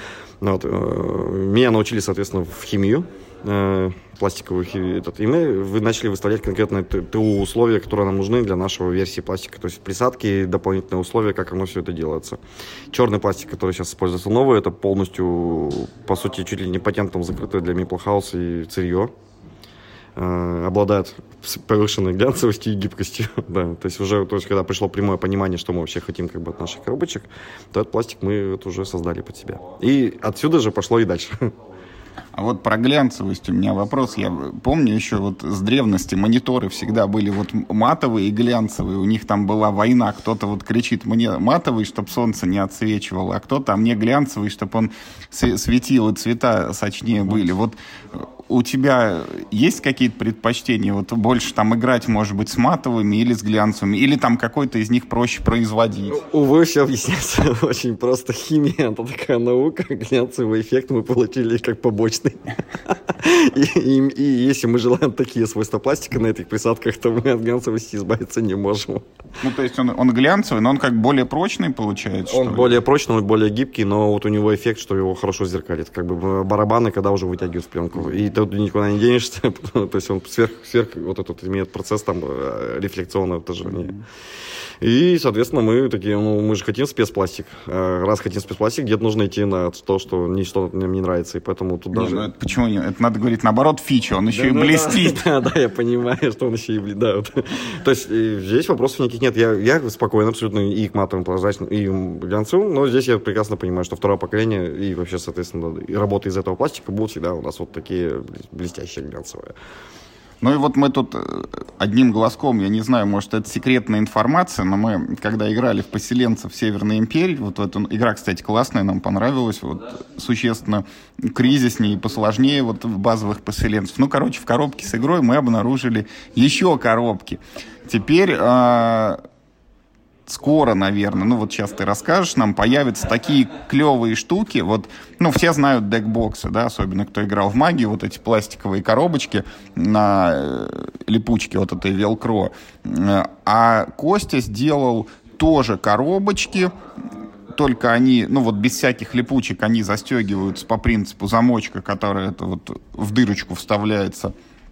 Меня научили, соответственно, в химию, пластиковую химию, и мы начали выставлять конкретные ТУ условия, которые нам нужны для нашего версии пластика, то есть присадки, дополнительные условия, как оно все это делается. Черный пластик, который сейчас используется новый, это полностью, по сути, чуть ли не патентом закрытое для Maple House и сырье. Обладает повышенной глянцевостью и гибкостью. Да. То есть когда пришло прямое понимание, что мы вообще хотим от наших коробочек, то этот пластик мы уже создали под себя. И отсюда же пошло и дальше. А вот про глянцевость у меня вопрос. Я помню еще с древности мониторы всегда были матовые и глянцевые. У них там была война. Кто-то кричит: мне матовый, чтобы солнце не отсвечивало, а кто-то: а мне глянцевый, чтобы он светил и цвета сочнее были. Вот у тебя есть какие-то предпочтения? Больше играть, может быть, с матовыми или с глянцевыми? Или там какой-то из них проще производить? Увы, все объясняется очень просто. Химия — это такая наука. Глянцевый эффект мы получили как побочный. И если мы желаем такие свойства пластика на этих присадках, то мы от глянцевости избавиться не можем. То есть он глянцевый, но он более прочный получается? Он более прочный, он более гибкий, но у него эффект, что его хорошо зеркалит. Барабаны, когда уже вытягивают пленку. И ты никуда не денешься. То есть он сверх имеет процесс рефлекционного отражения. И, соответственно, мы такие, мы же хотим спецпластик. Раз хотим спецпластик, где-то нужно идти на то, что нам не нравится. И поэтому тут даже... Почему нет? Это надо говорить наоборот, фича, он еще и блестит. Да, я понимаю, что он еще и блестит. То есть здесь вопросов никаких нет. Я спокоен абсолютно и к матовым прозрачным, и глянцевым, но здесь я прекрасно понимаю, что второе поколение и вообще, соответственно, и работы из этого пластика будут всегда у нас такие блестящие глянцевые. Ну и мы тут одним глазком, я не знаю, может, это секретная информация, но мы, когда играли в поселенцев Северной империи, в эту игра, кстати, классная, нам понравилась, существенно кризиснее и посложнее в базовых поселенцев. В коробке с игрой мы обнаружили еще коробки. Теперь... Скоро, наверное, сейчас ты расскажешь, нам появятся такие клевые штуки. Все знают декбоксы, да, особенно кто играл в магию, эти пластиковые коробочки на липучке, этой велкро. А Костя сделал тоже коробочки, только они, ну вот без всяких липучек, они застегиваются по принципу замочка, который это вот в дырочку вставляется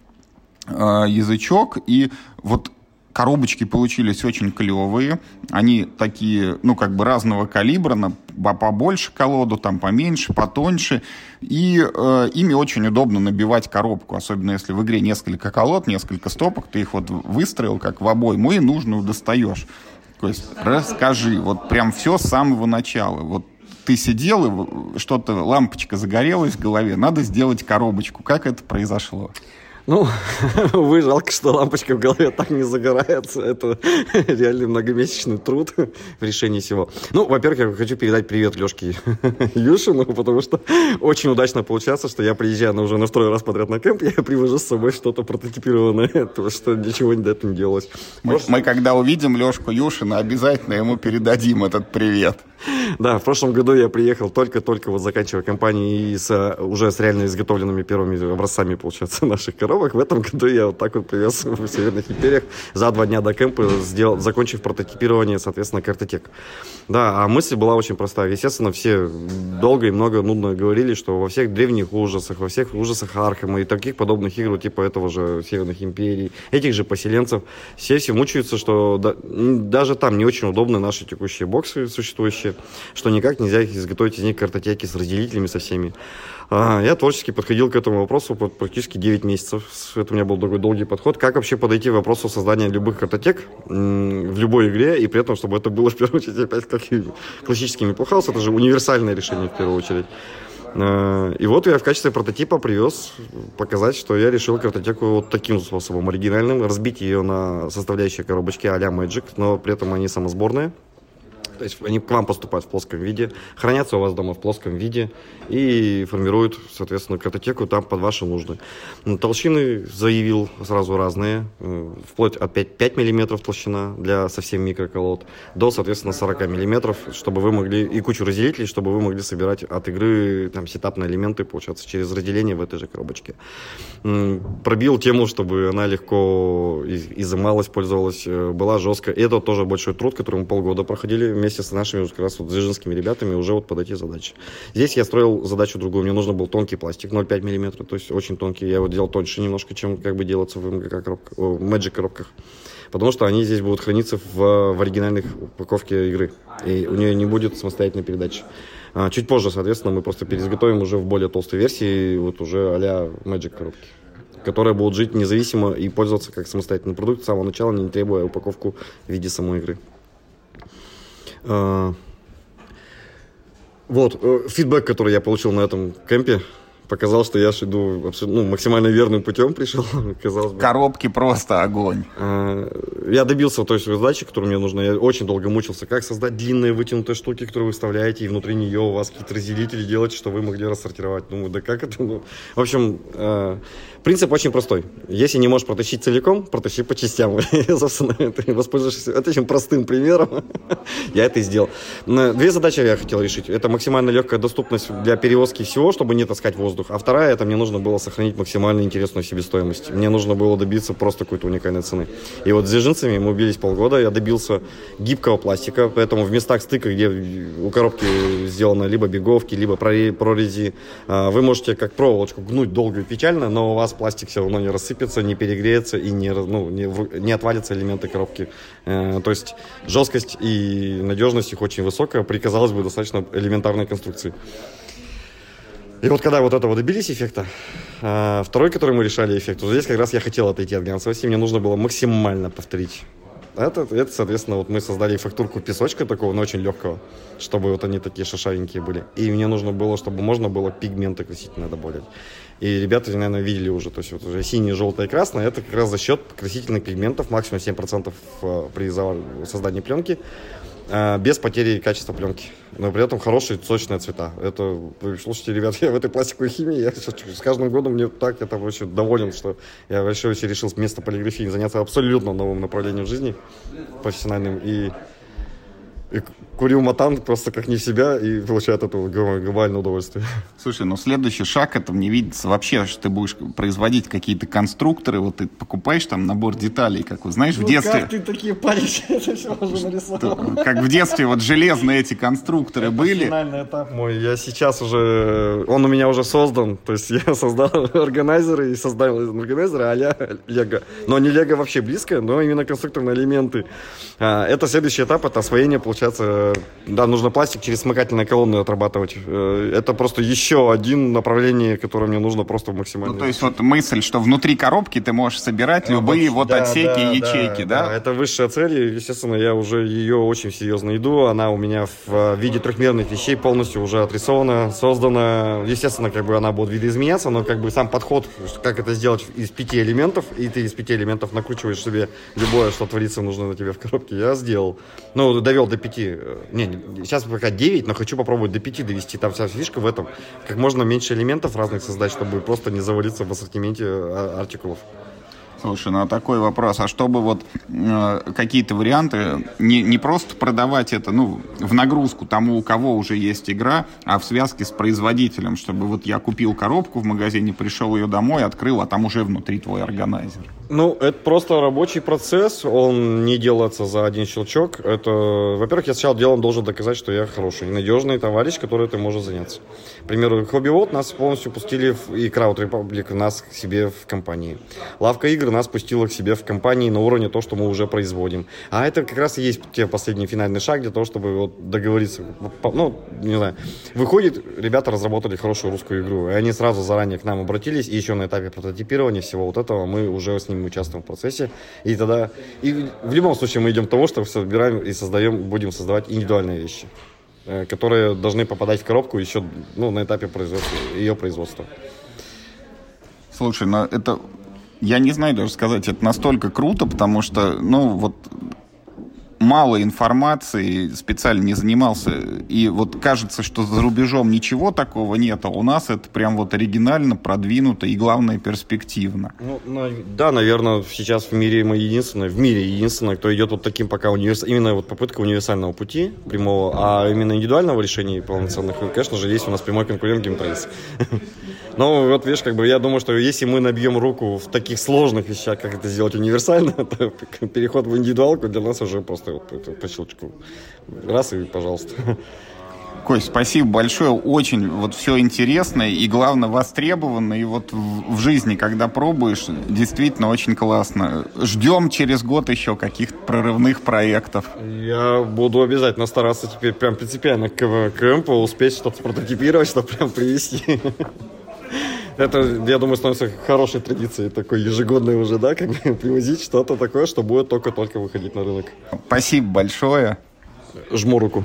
язычок, и вот коробочки получились очень клевые, они такие, ну как бы разного калибра, побольше колоду, там поменьше, потоньше, и ими очень удобно набивать коробку, особенно если в игре несколько колод, несколько стопок, ты их вот выстроил как в обойму и нужную достаешь. То есть расскажи, вот прям все с самого начала, вот ты сидел, и что-то, лампочка загорелась в голове, надо сделать коробочку, как это произошло? Ну, увы, жалко, что лампочка в голове так не загорается. Это реально многомесячный труд в решении всего. Ну, во-первых, я хочу передать привет Лешке Юшину, потому что очень удачно получается, что я приезжаю уже на второй раз подряд на кемп, я привожу с собой что-то прототипированное, потому что ничего до этого не делалось. Мы когда увидим Лешку Юшина, обязательно ему передадим этот привет. Да, в прошлом году я приехал только-только вот заканчивая кампанию и уже с реально изготовленными первыми образцами, получается, наших коробок. В этом году я вот так вот привез в Северных Империях за 2 дня до кемпа, закончив прототипирование, соответственно, картотек. Да, а мысль была очень простая. Естественно, все долго и много нудно говорили, что во всех древних ужасах, во всех ужасах Архама и таких подобных игр, типа этого же Северных Империй, этих же поселенцев, все мучаются, что даже там не очень удобны наши текущие боксы существующие, что никак нельзя изготовить из них картотеки с разделителями, со всеми. Я творчески подходил к этому вопросу практически 9 месяцев. Это у меня был такой долгий подход. Как вообще подойти к вопросу создания любых картотек в любой игре, и при этом, чтобы это было, в первую очередь, опять как и классический Meeple House, это же универсальное решение, в первую очередь. И вот я в качестве прототипа привез показать, что я решил картотеку вот таким способом оригинальным, разбить ее на составляющие коробочки а-ля Magic, но при этом они самосборные. То есть они к вам поступают в плоском виде, хранятся у вас дома в плоском виде и формируют, соответственно, картотеку там под ваши нужды. Толщины заявил сразу разные, вплоть от 5 мм толщина для совсем микроколод до, соответственно, 40 мм, чтобы вы могли, и кучу разделителей, чтобы вы могли собирать от игры там сетапные элементы, получается, через разделение в этой же коробочке. Пробил тему, чтобы она легко изымалась, пользовалась, была жесткая. И это тоже большой труд, который мы полгода проходили вместе с нашими как раз вот дзержинскими ребятами уже вот под эти задачи. Здесь я строил задачу другую. Мне нужен был тонкий пластик, 0,5 мм, то есть очень тонкий. Я его делал тоньше немножко, чем как бы делается в Magic коробках. Потому что они здесь будут храниться в оригинальных упаковке игры. И у нее не будет самостоятельной передачи. Чуть позже, соответственно, мы просто переизготовим уже в более толстой версии, вот уже а-ля Magic коробки, которые будут жить независимо и пользоваться как самостоятельный продукт с самого начала, не требуя упаковку в виде самой игры. Вот, фидбэк, который я получил на этом кемпе, показал, что я иду абсолютно, максимально верным путем пришел. Казалось бы. Коробки просто огонь. Я добился той задачи, которую мне нужно. Я очень долго мучился. Как создать длинные вытянутые штуки, которые вы вставляете, и внутри нее у вас какие-то разделители делаете, что вы могли рассортировать. Думаю, да как это? В общем, принцип очень простой. Если не можешь протащить целиком, протащи по частям. Собственно, ты воспользуешься этим простым примером. Я это и сделал. 2 задачи я хотел решить. Это максимально легкая доступность для перевозки всего, чтобы не таскать воздух. А вторая, это мне нужно было сохранить максимально интересную себестоимость. Мне нужно было добиться просто какой-то уникальной цены. И вот с дзержинцами мы бились полгода. Я добился гибкого пластика, поэтому в местах стыка, где у коробки сделаны либо беговки, либо прорези, вы можете как проволочку гнуть долго и печально, но у вас пластик все равно не рассыпется, не перегреется и не отвалятся элементы коробки. То есть жесткость и надежность их очень высокая при, казалось бы, достаточно элементарной конструкции. И вот когда вот этого добились эффекта, второй, который мы решали эффект, вот здесь как раз я хотел отойти от глянцевости, мне нужно было максимально повторить. Это, соответственно, вот мы создали фактурку песочка такого, но очень легкого, чтобы вот они такие шершавенькие были. И мне нужно было, чтобы можно было пигменты красительные добавлять. И ребята, наверное, видели уже, то есть вот уже синее, желтое и красное, это как раз за счет красительных пигментов, максимум 7% при создании пленки, без потери качества пленки, но при этом хорошие сочные цвета. Это, слушайте, ребят, я в этой пластиковой химии, я с каждым годом мне так это очень доволен, что я вообще решил вместо полиграфии заняться абсолютно новым направлением жизни, профессиональным, и курил матан просто как не в себя и получает это глобальное удовольствие. Слушай, ну следующий шаг, это мне видится вообще, что ты будешь производить какие-то конструкторы, вот ты покупаешь там набор деталей, как вы знаешь, в детстве... Как ты такие паришь, это все уже нарисовал. Как в детстве вот железные эти конструкторы были. Финальный этап мой, я сейчас уже, он у меня уже создан, то есть я создал органайзеры и создал органайзеры а-ля Лего. Но не Лего вообще близко, но именно конструкторные элементы. Это следующий этап, это освоение, получается, да, нужно пластик через смыкательные колонны отрабатывать. Это просто еще один направление, которое мне нужно просто максимально... Ну, то есть вот мысль, что внутри коробки ты можешь собирать любые вот отсеки и ячейки, да? Это высшая цель, естественно, я уже ее очень серьезно иду, она у меня в виде трехмерных вещей полностью уже отрисована, создана. Естественно, как бы она будет видоизменяться, но как бы сам подход, как это сделать из 5 элементов, и ты из 5 элементов накручиваешь себе любое, что творится нужно на тебе в коробке, я сделал. Ну, довел до 5. Сейчас пока 9, но хочу попробовать до 5 довести. Там вся фишка в этом. Как можно меньше элементов разных создать, чтобы просто не завалиться в ассортименте артикулов. Слушай, ну а такой вопрос, а чтобы вот какие-то варианты, не просто продавать это, ну, в нагрузку тому, у кого уже есть игра, а в связке с производителем, чтобы вот я купил коробку в магазине, пришел ее домой, открыл, а там уже внутри твой органайзер. Ну, это просто рабочий процесс, он не делается за один щелчок. Это, во-первых, я сначала делом должен доказать, что я хороший и надежный товарищ, который ты можешь заняться. К примеру, Hobby World нас полностью пустили, и Crowd Republic нас к себе в компании. Лавка игр нас пустила к себе в компании на уровне того, что мы уже производим. А это как раз и есть те последний финальный шаг для того, чтобы вот договориться. Ну, не знаю, выходит, ребята разработали хорошую русскую игру, и они сразу заранее к нам обратились, и еще на этапе прототипирования всего вот этого мы уже с ними участвуем в процессе. И тогда, и в любом случае мы идем к тому, что собираем и создаем, будем создавать индивидуальные вещи, которые должны попадать в коробку еще, ну, на этапе ее производства. Слушай, ну это, я не знаю даже сказать, это настолько круто, потому что, ну, вот мало информации, специально не занимался, и вот кажется, что за рубежом ничего такого нет, а у нас это прям вот оригинально, продвинуто и, главное, перспективно. Ну, да, наверное, сейчас в мире мы единственные, кто идет вот таким пока именно вот попытка универсального пути прямого, а именно индивидуального решения полноценных, конечно же, есть у нас прямой конкурент Game Trace. Но вот видишь, как бы я думаю, что если мы набьем руку в таких сложных вещах, как это сделать универсально, то переход в индивидуалку для нас уже просто вот по щелчку. Раз и пожалуйста. Кость, спасибо большое, очень вот все интересно и, главное, востребовано, и вот в жизни, когда пробуешь, действительно очень классно. Ждем через год еще каких-то прорывных проектов. Я буду обязательно стараться теперь прям принципиально к Эмпу успеть что-то прототипировать, чтобы прям привезти. Это, я думаю, становится хорошей традицией, такой ежегодной уже, да, как бы привозить что-то такое, что будет только-только выходить на рынок. Спасибо большое. Жму руку.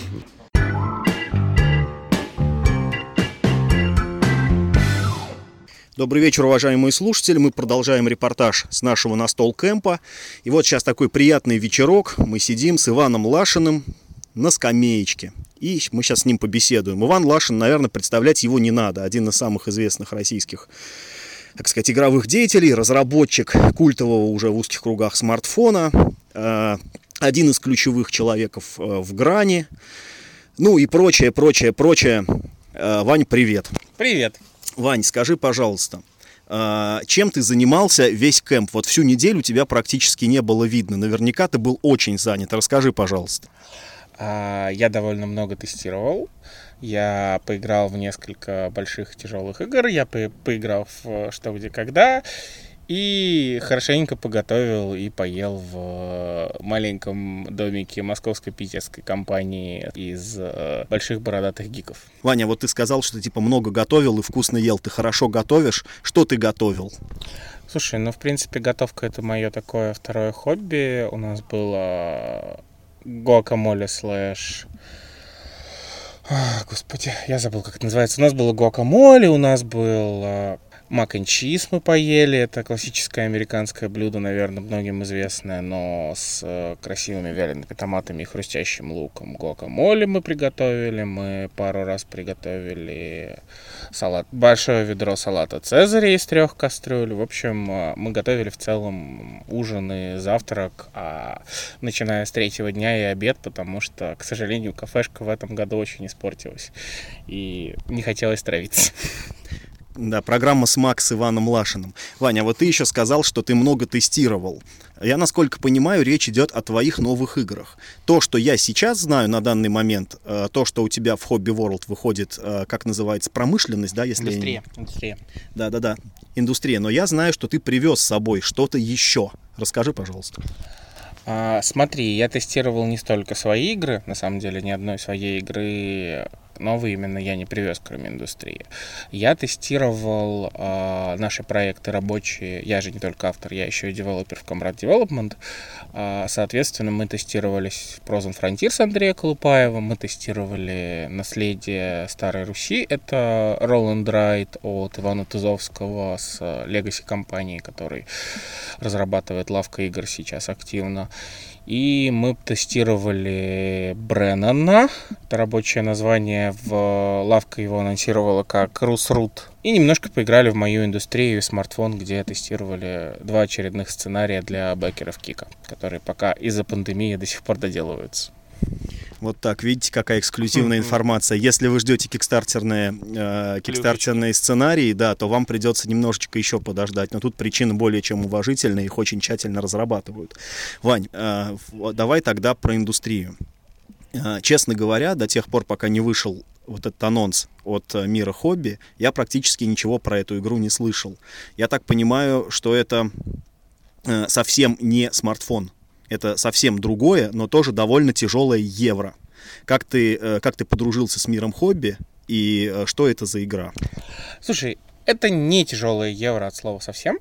Добрый вечер, уважаемые слушатели. Мы продолжаем репортаж с нашего настол кэмпа. И вот сейчас такой приятный вечерок. Мы сидим с Иваном Лашиным на скамеечке. И мы сейчас с ним побеседуем. Иван Лашин, наверное, представлять его не надо. Один из самых известных российских, так сказать, игровых деятелей, разработчик культового уже в узких кругах смартфона, один из ключевых человеков в Грани, ну и прочее. Вань, привет. Привет. Вань, скажи, пожалуйста, чем ты занимался весь кэмп? Вот всю неделю тебя практически не было видно. Наверняка ты был очень занят. Расскажи, пожалуйста. Я довольно много тестировал. Я поиграл в несколько больших тяжелых игр. Я поиграл в «Что, где, когда». И хорошенько поготовил и поел в маленьком домике московско-питерской компании из больших бородатых гиков. Ваня, вот ты сказал, что ты типа много готовил и вкусно ел. Ты хорошо готовишь. Что ты готовил? Слушай, ну в принципе готовка — это мое такое второе хобби. У нас было гуакамоле слэш... Господи, я забыл, как это называется. У нас было гуакамоле, у нас был Мак н чиз мы поели. Это классическое американское блюдо, наверное, многим известное, но с красивыми вялеными томатами и хрустящим луком. Гуакамоле мы приготовили. Мы пару раз приготовили салат, большое ведро салата Цезаря из 3 кастрюль. В общем, мы готовили в целом ужин и завтрак, начиная с 3-го дня и обед, потому что, к сожалению, кафешка в этом году очень испортилась. И не хотелось травиться. Да, программа «Смак» с Иваном Лашиным. Ваня, вот ты еще сказал, что ты много тестировал. Я, насколько понимаю, речь идет о твоих новых играх. То, что я сейчас знаю на данный момент, то, что у тебя в Hobby World выходит, как называется, промышленность, да, если... Индустрия. Да, индустрия. Но я знаю, что ты привез с собой что-то еще. Расскажи, пожалуйста. Смотри, я тестировал не столько свои игры, на самом деле ни одной своей игры новые именно я не привез, кроме индустрии. Я тестировал наши проекты рабочие, я же не только автор, я еще и девелопер в Comrade Development. Соответственно, мы тестировали Frozen Frontier с Андреем Колупаевым, мы тестировали Наследие Старой Руси, это Roll and Ride от Ивана Тузовского с Legacy компании, который разрабатывает Лавка игр сейчас активно. И мы тестировали Бреннана, это рабочее название, Лавка его анонсировала как Русрут. И немножко поиграли в мою индустрию и смартфон, где тестировали 2 очередных сценария для бэкеров Кика, которые пока из-за пандемии до сих пор доделываются. Вот так, видите, какая эксклюзивная информация. Если вы ждете кикстартерные сценарии, да, то вам придется немножечко еще подождать. Но тут причины более чем уважительные, их очень тщательно разрабатывают. Вань, давай тогда про индустрию. Честно говоря, до тех пор, пока не вышел вот этот анонс от мира хобби, я практически ничего про эту игру не слышал. Я так понимаю, что это совсем не смартфон. Это совсем другое, но тоже довольно тяжелое евро. Как ты подружился с миром хобби и что это за игра? Слушай, это не тяжелое евро от слова совсем.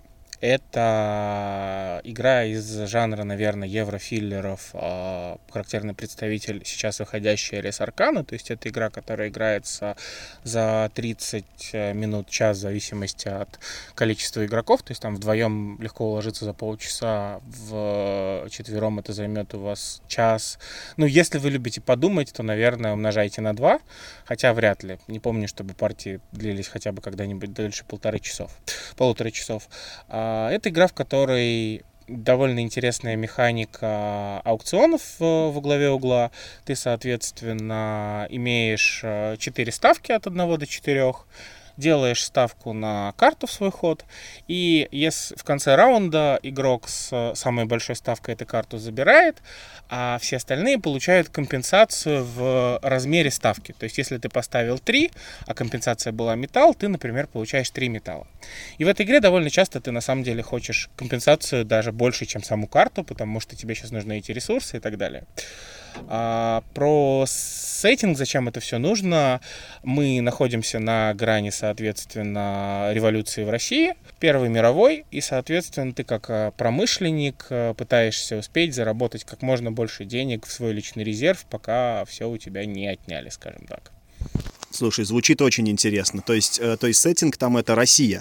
Это игра из жанра, наверное, еврофиллеров, характерный представитель сейчас выходящий Res Arcana, то есть это игра, которая играется за 30 минут, час, в зависимости от количества игроков, то есть там вдвоем легко уложиться за полчаса, вчетвером это займет у вас час. Ну, если вы любите подумать, то, наверное, умножайте на 2, хотя вряд ли. Не помню, чтобы партии длились хотя бы когда-нибудь дольше 1,5 часов. Это игра, в которой довольно интересная механика аукционов во главе угла. Ты, соответственно, имеешь 4 ставки от 1 до 4, делаешь ставку на карту в свой ход, и если в конце раунда игрок с самой большой ставкой эту карту забирает, а все остальные получают компенсацию в размере ставки. То есть, если ты поставил 3, а компенсация была металл, ты, например, получаешь 3 металла. И в этой игре довольно часто ты на самом деле хочешь компенсацию даже больше, чем саму карту, потому что тебе сейчас нужны эти ресурсы и так далее. Про сеттинг, зачем это все нужно, мы находимся на грани, соответственно, революции в России, Первой мировой, и, соответственно, ты как промышленник пытаешься успеть заработать как можно больше денег в свой личный резерв, пока все у тебя не отняли, скажем так. Слушай, звучит очень интересно. То есть сеттинг там это Россия?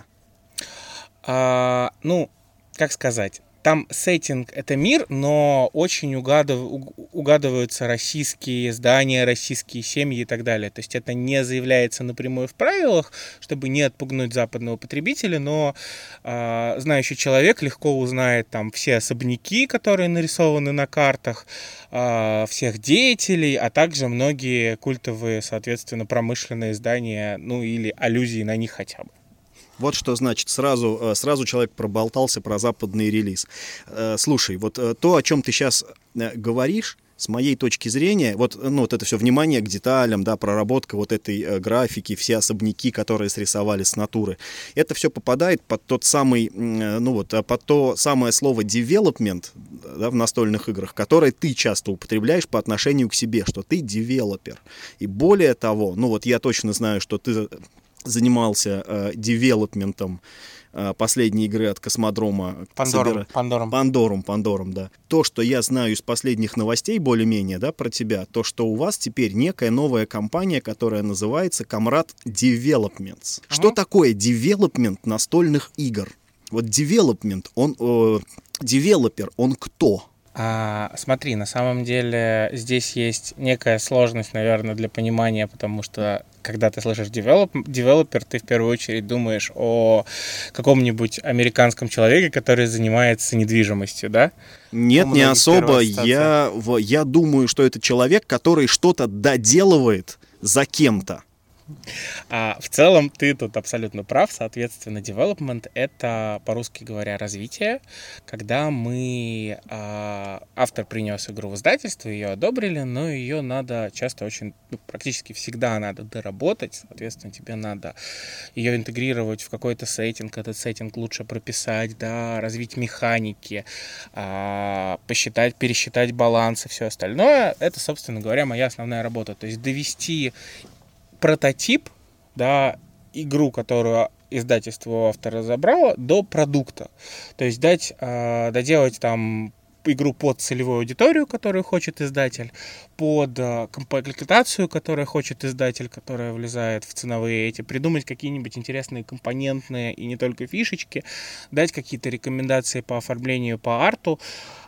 Ну, как сказать... Там сеттинг — это мир, но очень угадываются российские здания, российские семьи и так далее. То есть это не заявляется напрямую в правилах, чтобы не отпугнуть западного потребителя, но знающий человек легко узнает там все особняки, которые нарисованы на картах, всех деятелей, а также многие культовые, соответственно, промышленные здания, ну или аллюзии на них хотя бы. Вот что значит, сразу человек проболтался про западный релиз. Слушай, вот то, о чем ты сейчас говоришь, с моей точки зрения, вот это все внимание к деталям, да, проработка вот этой графики, все особняки, которые срисовали с натуры, это все попадает под тот самый, под то самое слово development, да, в настольных играх, которое ты часто употребляешь по отношению к себе, что ты девелопер. И более того, я точно знаю, что ты занимался девелопментом последней игры от Космодрома. Пандорум, да. То, что я знаю из последних новостей, более-менее, да, про тебя, то, что у вас теперь некая новая компания, которая называется Comrade Developments. Что такое девелопмент настольных игр? Вот девелопмент, девелопер, он кто? Смотри, на самом деле здесь есть некая сложность, наверное, для понимания, потому что когда ты слышишь девелопер, ты в первую очередь думаешь о каком-нибудь американском человеке, который занимается недвижимостью, да? Нет, не особо. Я думаю, что это человек, который что-то доделывает за кем-то. В целом ты тут абсолютно прав. Соответственно, development — это, по-русски говоря, развитие. Когда автор принес игру в издательство, ее одобрили, но ее надо часто практически всегда надо доработать. Соответственно, тебе надо ее интегрировать в какой-то сеттинг, этот сеттинг лучше прописать, да, развить механики, посчитать, пересчитать баланс и все остальное. Это, собственно говоря, моя основная работа. То есть довести прототип, да, игру, которую издательство у автора забрало, до продукта. То есть доделать там игру под целевую аудиторию, которую хочет издатель, под комплектацию, которую хочет издатель, которая влезает в ценовые придумать какие-нибудь интересные компонентные и не только фишечки, дать какие-то рекомендации по оформлению, по арту,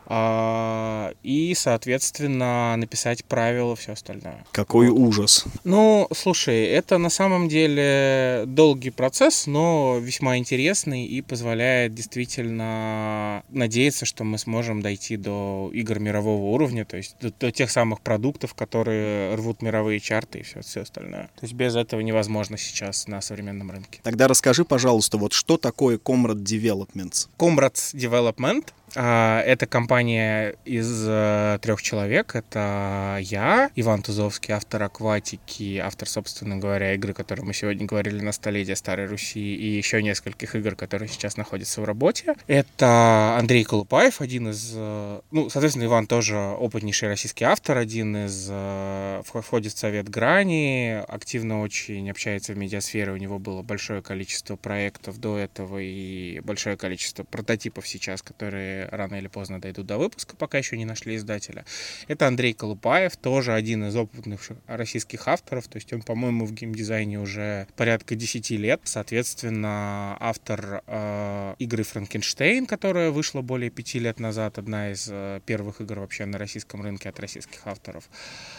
и, соответственно, написать правила, все остальное. Какой ужас. Ну, слушай, это на самом деле долгий процесс, но весьма интересный и позволяет действительно надеяться, что мы сможем дойти до игр мирового уровня, то есть до тех самых продуктов, которые рвут мировые чарты и все остальное. То есть без этого невозможно сейчас на современном рынке. Тогда расскажи, пожалуйста, вот что такое Comrade Developments? Comrade Development — это компания из 3 человек. Это я, Иван Тузовский, автор «Акватики», автор, собственно говоря, игры, о которой мы сегодня говорили, на столетие Старой Руси, и еще нескольких игр, которые сейчас находятся в работе. Это Андрей Колупаев, один из... соответственно, Иван тоже опытнейший российский автор, один из... входит в Совет Грани, активно очень общается в медиасфере, у него было большое количество проектов до этого и большое количество прототипов сейчас, которые рано или поздно дойдут до выпуска, пока еще не нашли издателя. Это Андрей Колупаев, тоже один из опытных российских авторов, то есть он, по-моему, в геймдизайне уже порядка 10 лет. Соответственно, автор игры «Франкенштейн», которая вышла более 5 лет назад, одна из первых игр вообще на российском рынке от российских авторов.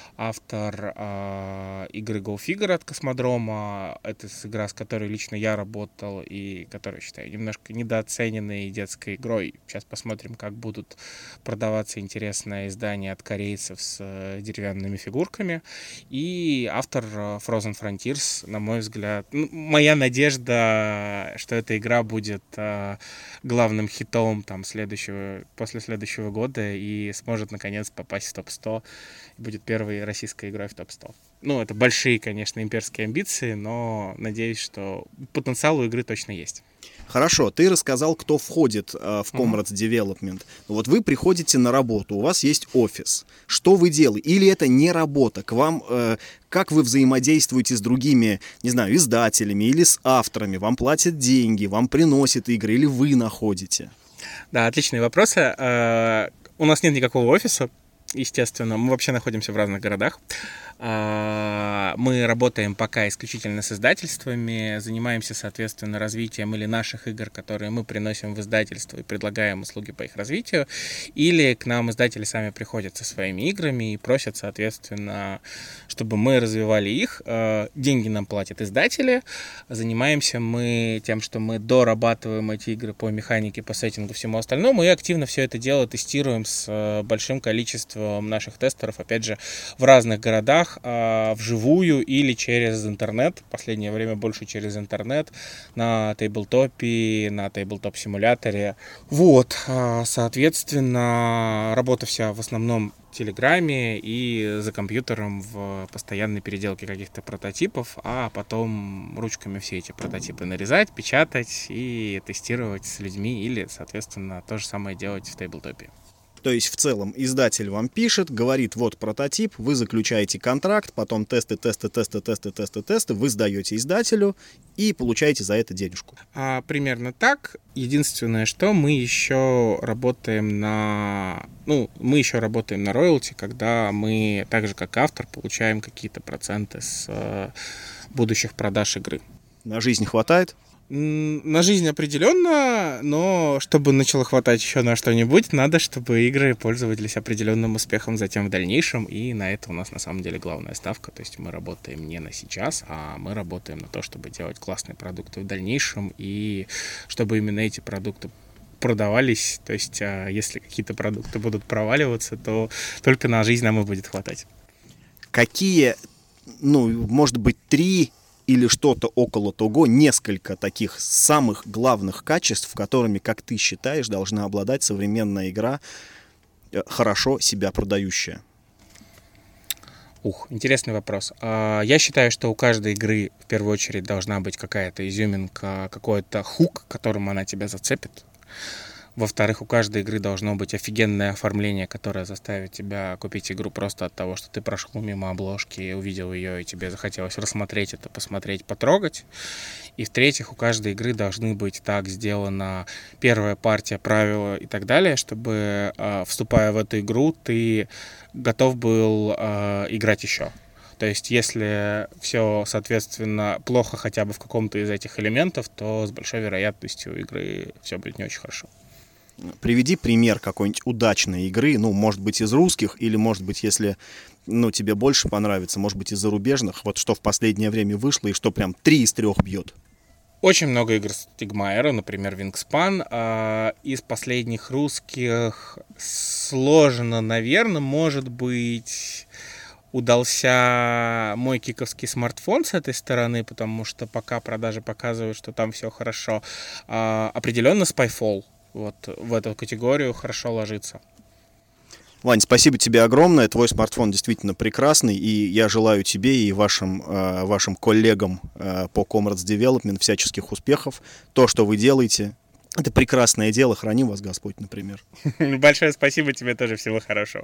Автор игры Go Figure от Космодрома. Это игра, с которой лично я работал и которую считаю немножко недооцененной детской игрой. Сейчас посмотрим, как будут продаваться интересные издания от корейцев с деревянными фигурками. И автор Frozen Frontiers, на мой взгляд, моя надежда, что эта игра будет главным хитом после следующего года и сможет наконец попасть в топ-100. Будет первой российской игрой в топ-100. Это большие, конечно, имперские амбиции, но надеюсь, что потенциал у игры точно есть. Хорошо, ты рассказал, кто входит в Comrade Development. Вот вы приходите на работу, у вас есть офис. Что вы делаете? Или это не работа? К вам, как вы взаимодействуете с другими, не знаю, издателями или с авторами? Вам платят деньги, вам приносят игры или вы находите? Да, отличные вопросы. У нас нет никакого офиса. Естественно, мы вообще находимся в разных городах. Мы работаем пока исключительно с издательствами, занимаемся, соответственно, развитием или наших игр, которые мы приносим в издательство и предлагаем услуги по их развитию, или к нам издатели сами приходят со своими играми и просят, соответственно, чтобы мы развивали их. Деньги нам платят издатели. Занимаемся мы тем, что мы дорабатываем эти игры по механике, по сеттингу, всему остальному, и активно все это дело тестируем с большим количеством наших тестеров, опять же, в разных городах, вживую или через интернет. В последнее время больше через интернет, на тейблтопе, на тейблтоп-симуляторе. Соответственно, работа вся в основном в Телеграме и за компьютером в постоянной переделке каких-то прототипов, а потом ручками все эти прототипы нарезать, печатать и тестировать с людьми или, соответственно, то же самое делать в тейблтопе. То есть в целом издатель вам пишет, говорит, вот прототип, вы заключаете контракт, потом тесты, вы сдаете издателю и получаете за это денежку. Примерно так. Единственное, что мы еще работаем на роялти, когда мы, так же как автор, получаем какие-то проценты с будущих продаж игры. На жизнь хватает? На жизнь определенно, но чтобы начало хватать еще на что-нибудь, надо, чтобы игры пользовались определенным успехом затем в дальнейшем, и на это у нас на самом деле главная ставка, то есть мы работаем не на сейчас, а мы работаем на то, чтобы делать классные продукты в дальнейшем, и чтобы именно эти продукты продавались, то есть если какие-то продукты будут проваливаться, то только на жизнь нам и будет хватать. Какие, может быть, 3 или что-то около того, несколько таких самых главных качеств, которыми, как ты считаешь, должна обладать современная игра, хорошо себя продающая? Интересный вопрос. Я считаю, что у каждой игры в первую очередь должна быть какая-то изюминка, какой-то хук, которым она тебя зацепит. Во-вторых, у каждой игры должно быть офигенное оформление, которое заставит тебя купить игру просто от того, что ты прошел мимо обложки, увидел ее, и тебе захотелось рассмотреть это, посмотреть, потрогать. И в-третьих, у каждой игры должны быть так сделана первая партия, правила и так далее, чтобы, вступая в эту игру, ты готов был играть еще. То есть, если все, соответственно, плохо хотя бы в каком-то из этих элементов, то с большой вероятностью у игры все будет не очень хорошо. Приведи пример какой-нибудь удачной игры, может быть, из русских, или, может быть, если тебе больше понравится, может быть, из зарубежных, вот что в последнее время вышло и что прям 3 из 3 бьет. Очень много игр Стигмайера, например, Wingspan. Из последних русских сложно, наверное, может быть, удался мой киковский смартфон с этой стороны, потому что пока продажи показывают, что там все хорошо. Определенно Spyfall. Вот в эту категорию хорошо ложится. Вань, спасибо тебе огромное. Твой смартфон действительно прекрасный, и я желаю тебе и вашим коллегам по Comrades Development всяческих успехов. То, что вы делаете, это прекрасное дело. Храни вас Господь, например. Большое спасибо тебе тоже. Всего хорошего.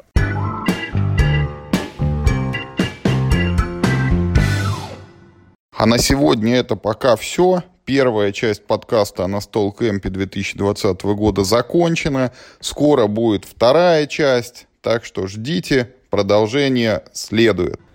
А на сегодня это пока все. Первая часть подкаста на Столкэмпе 2020 года закончена. Скоро будет вторая часть, так что ждите, продолжение следует.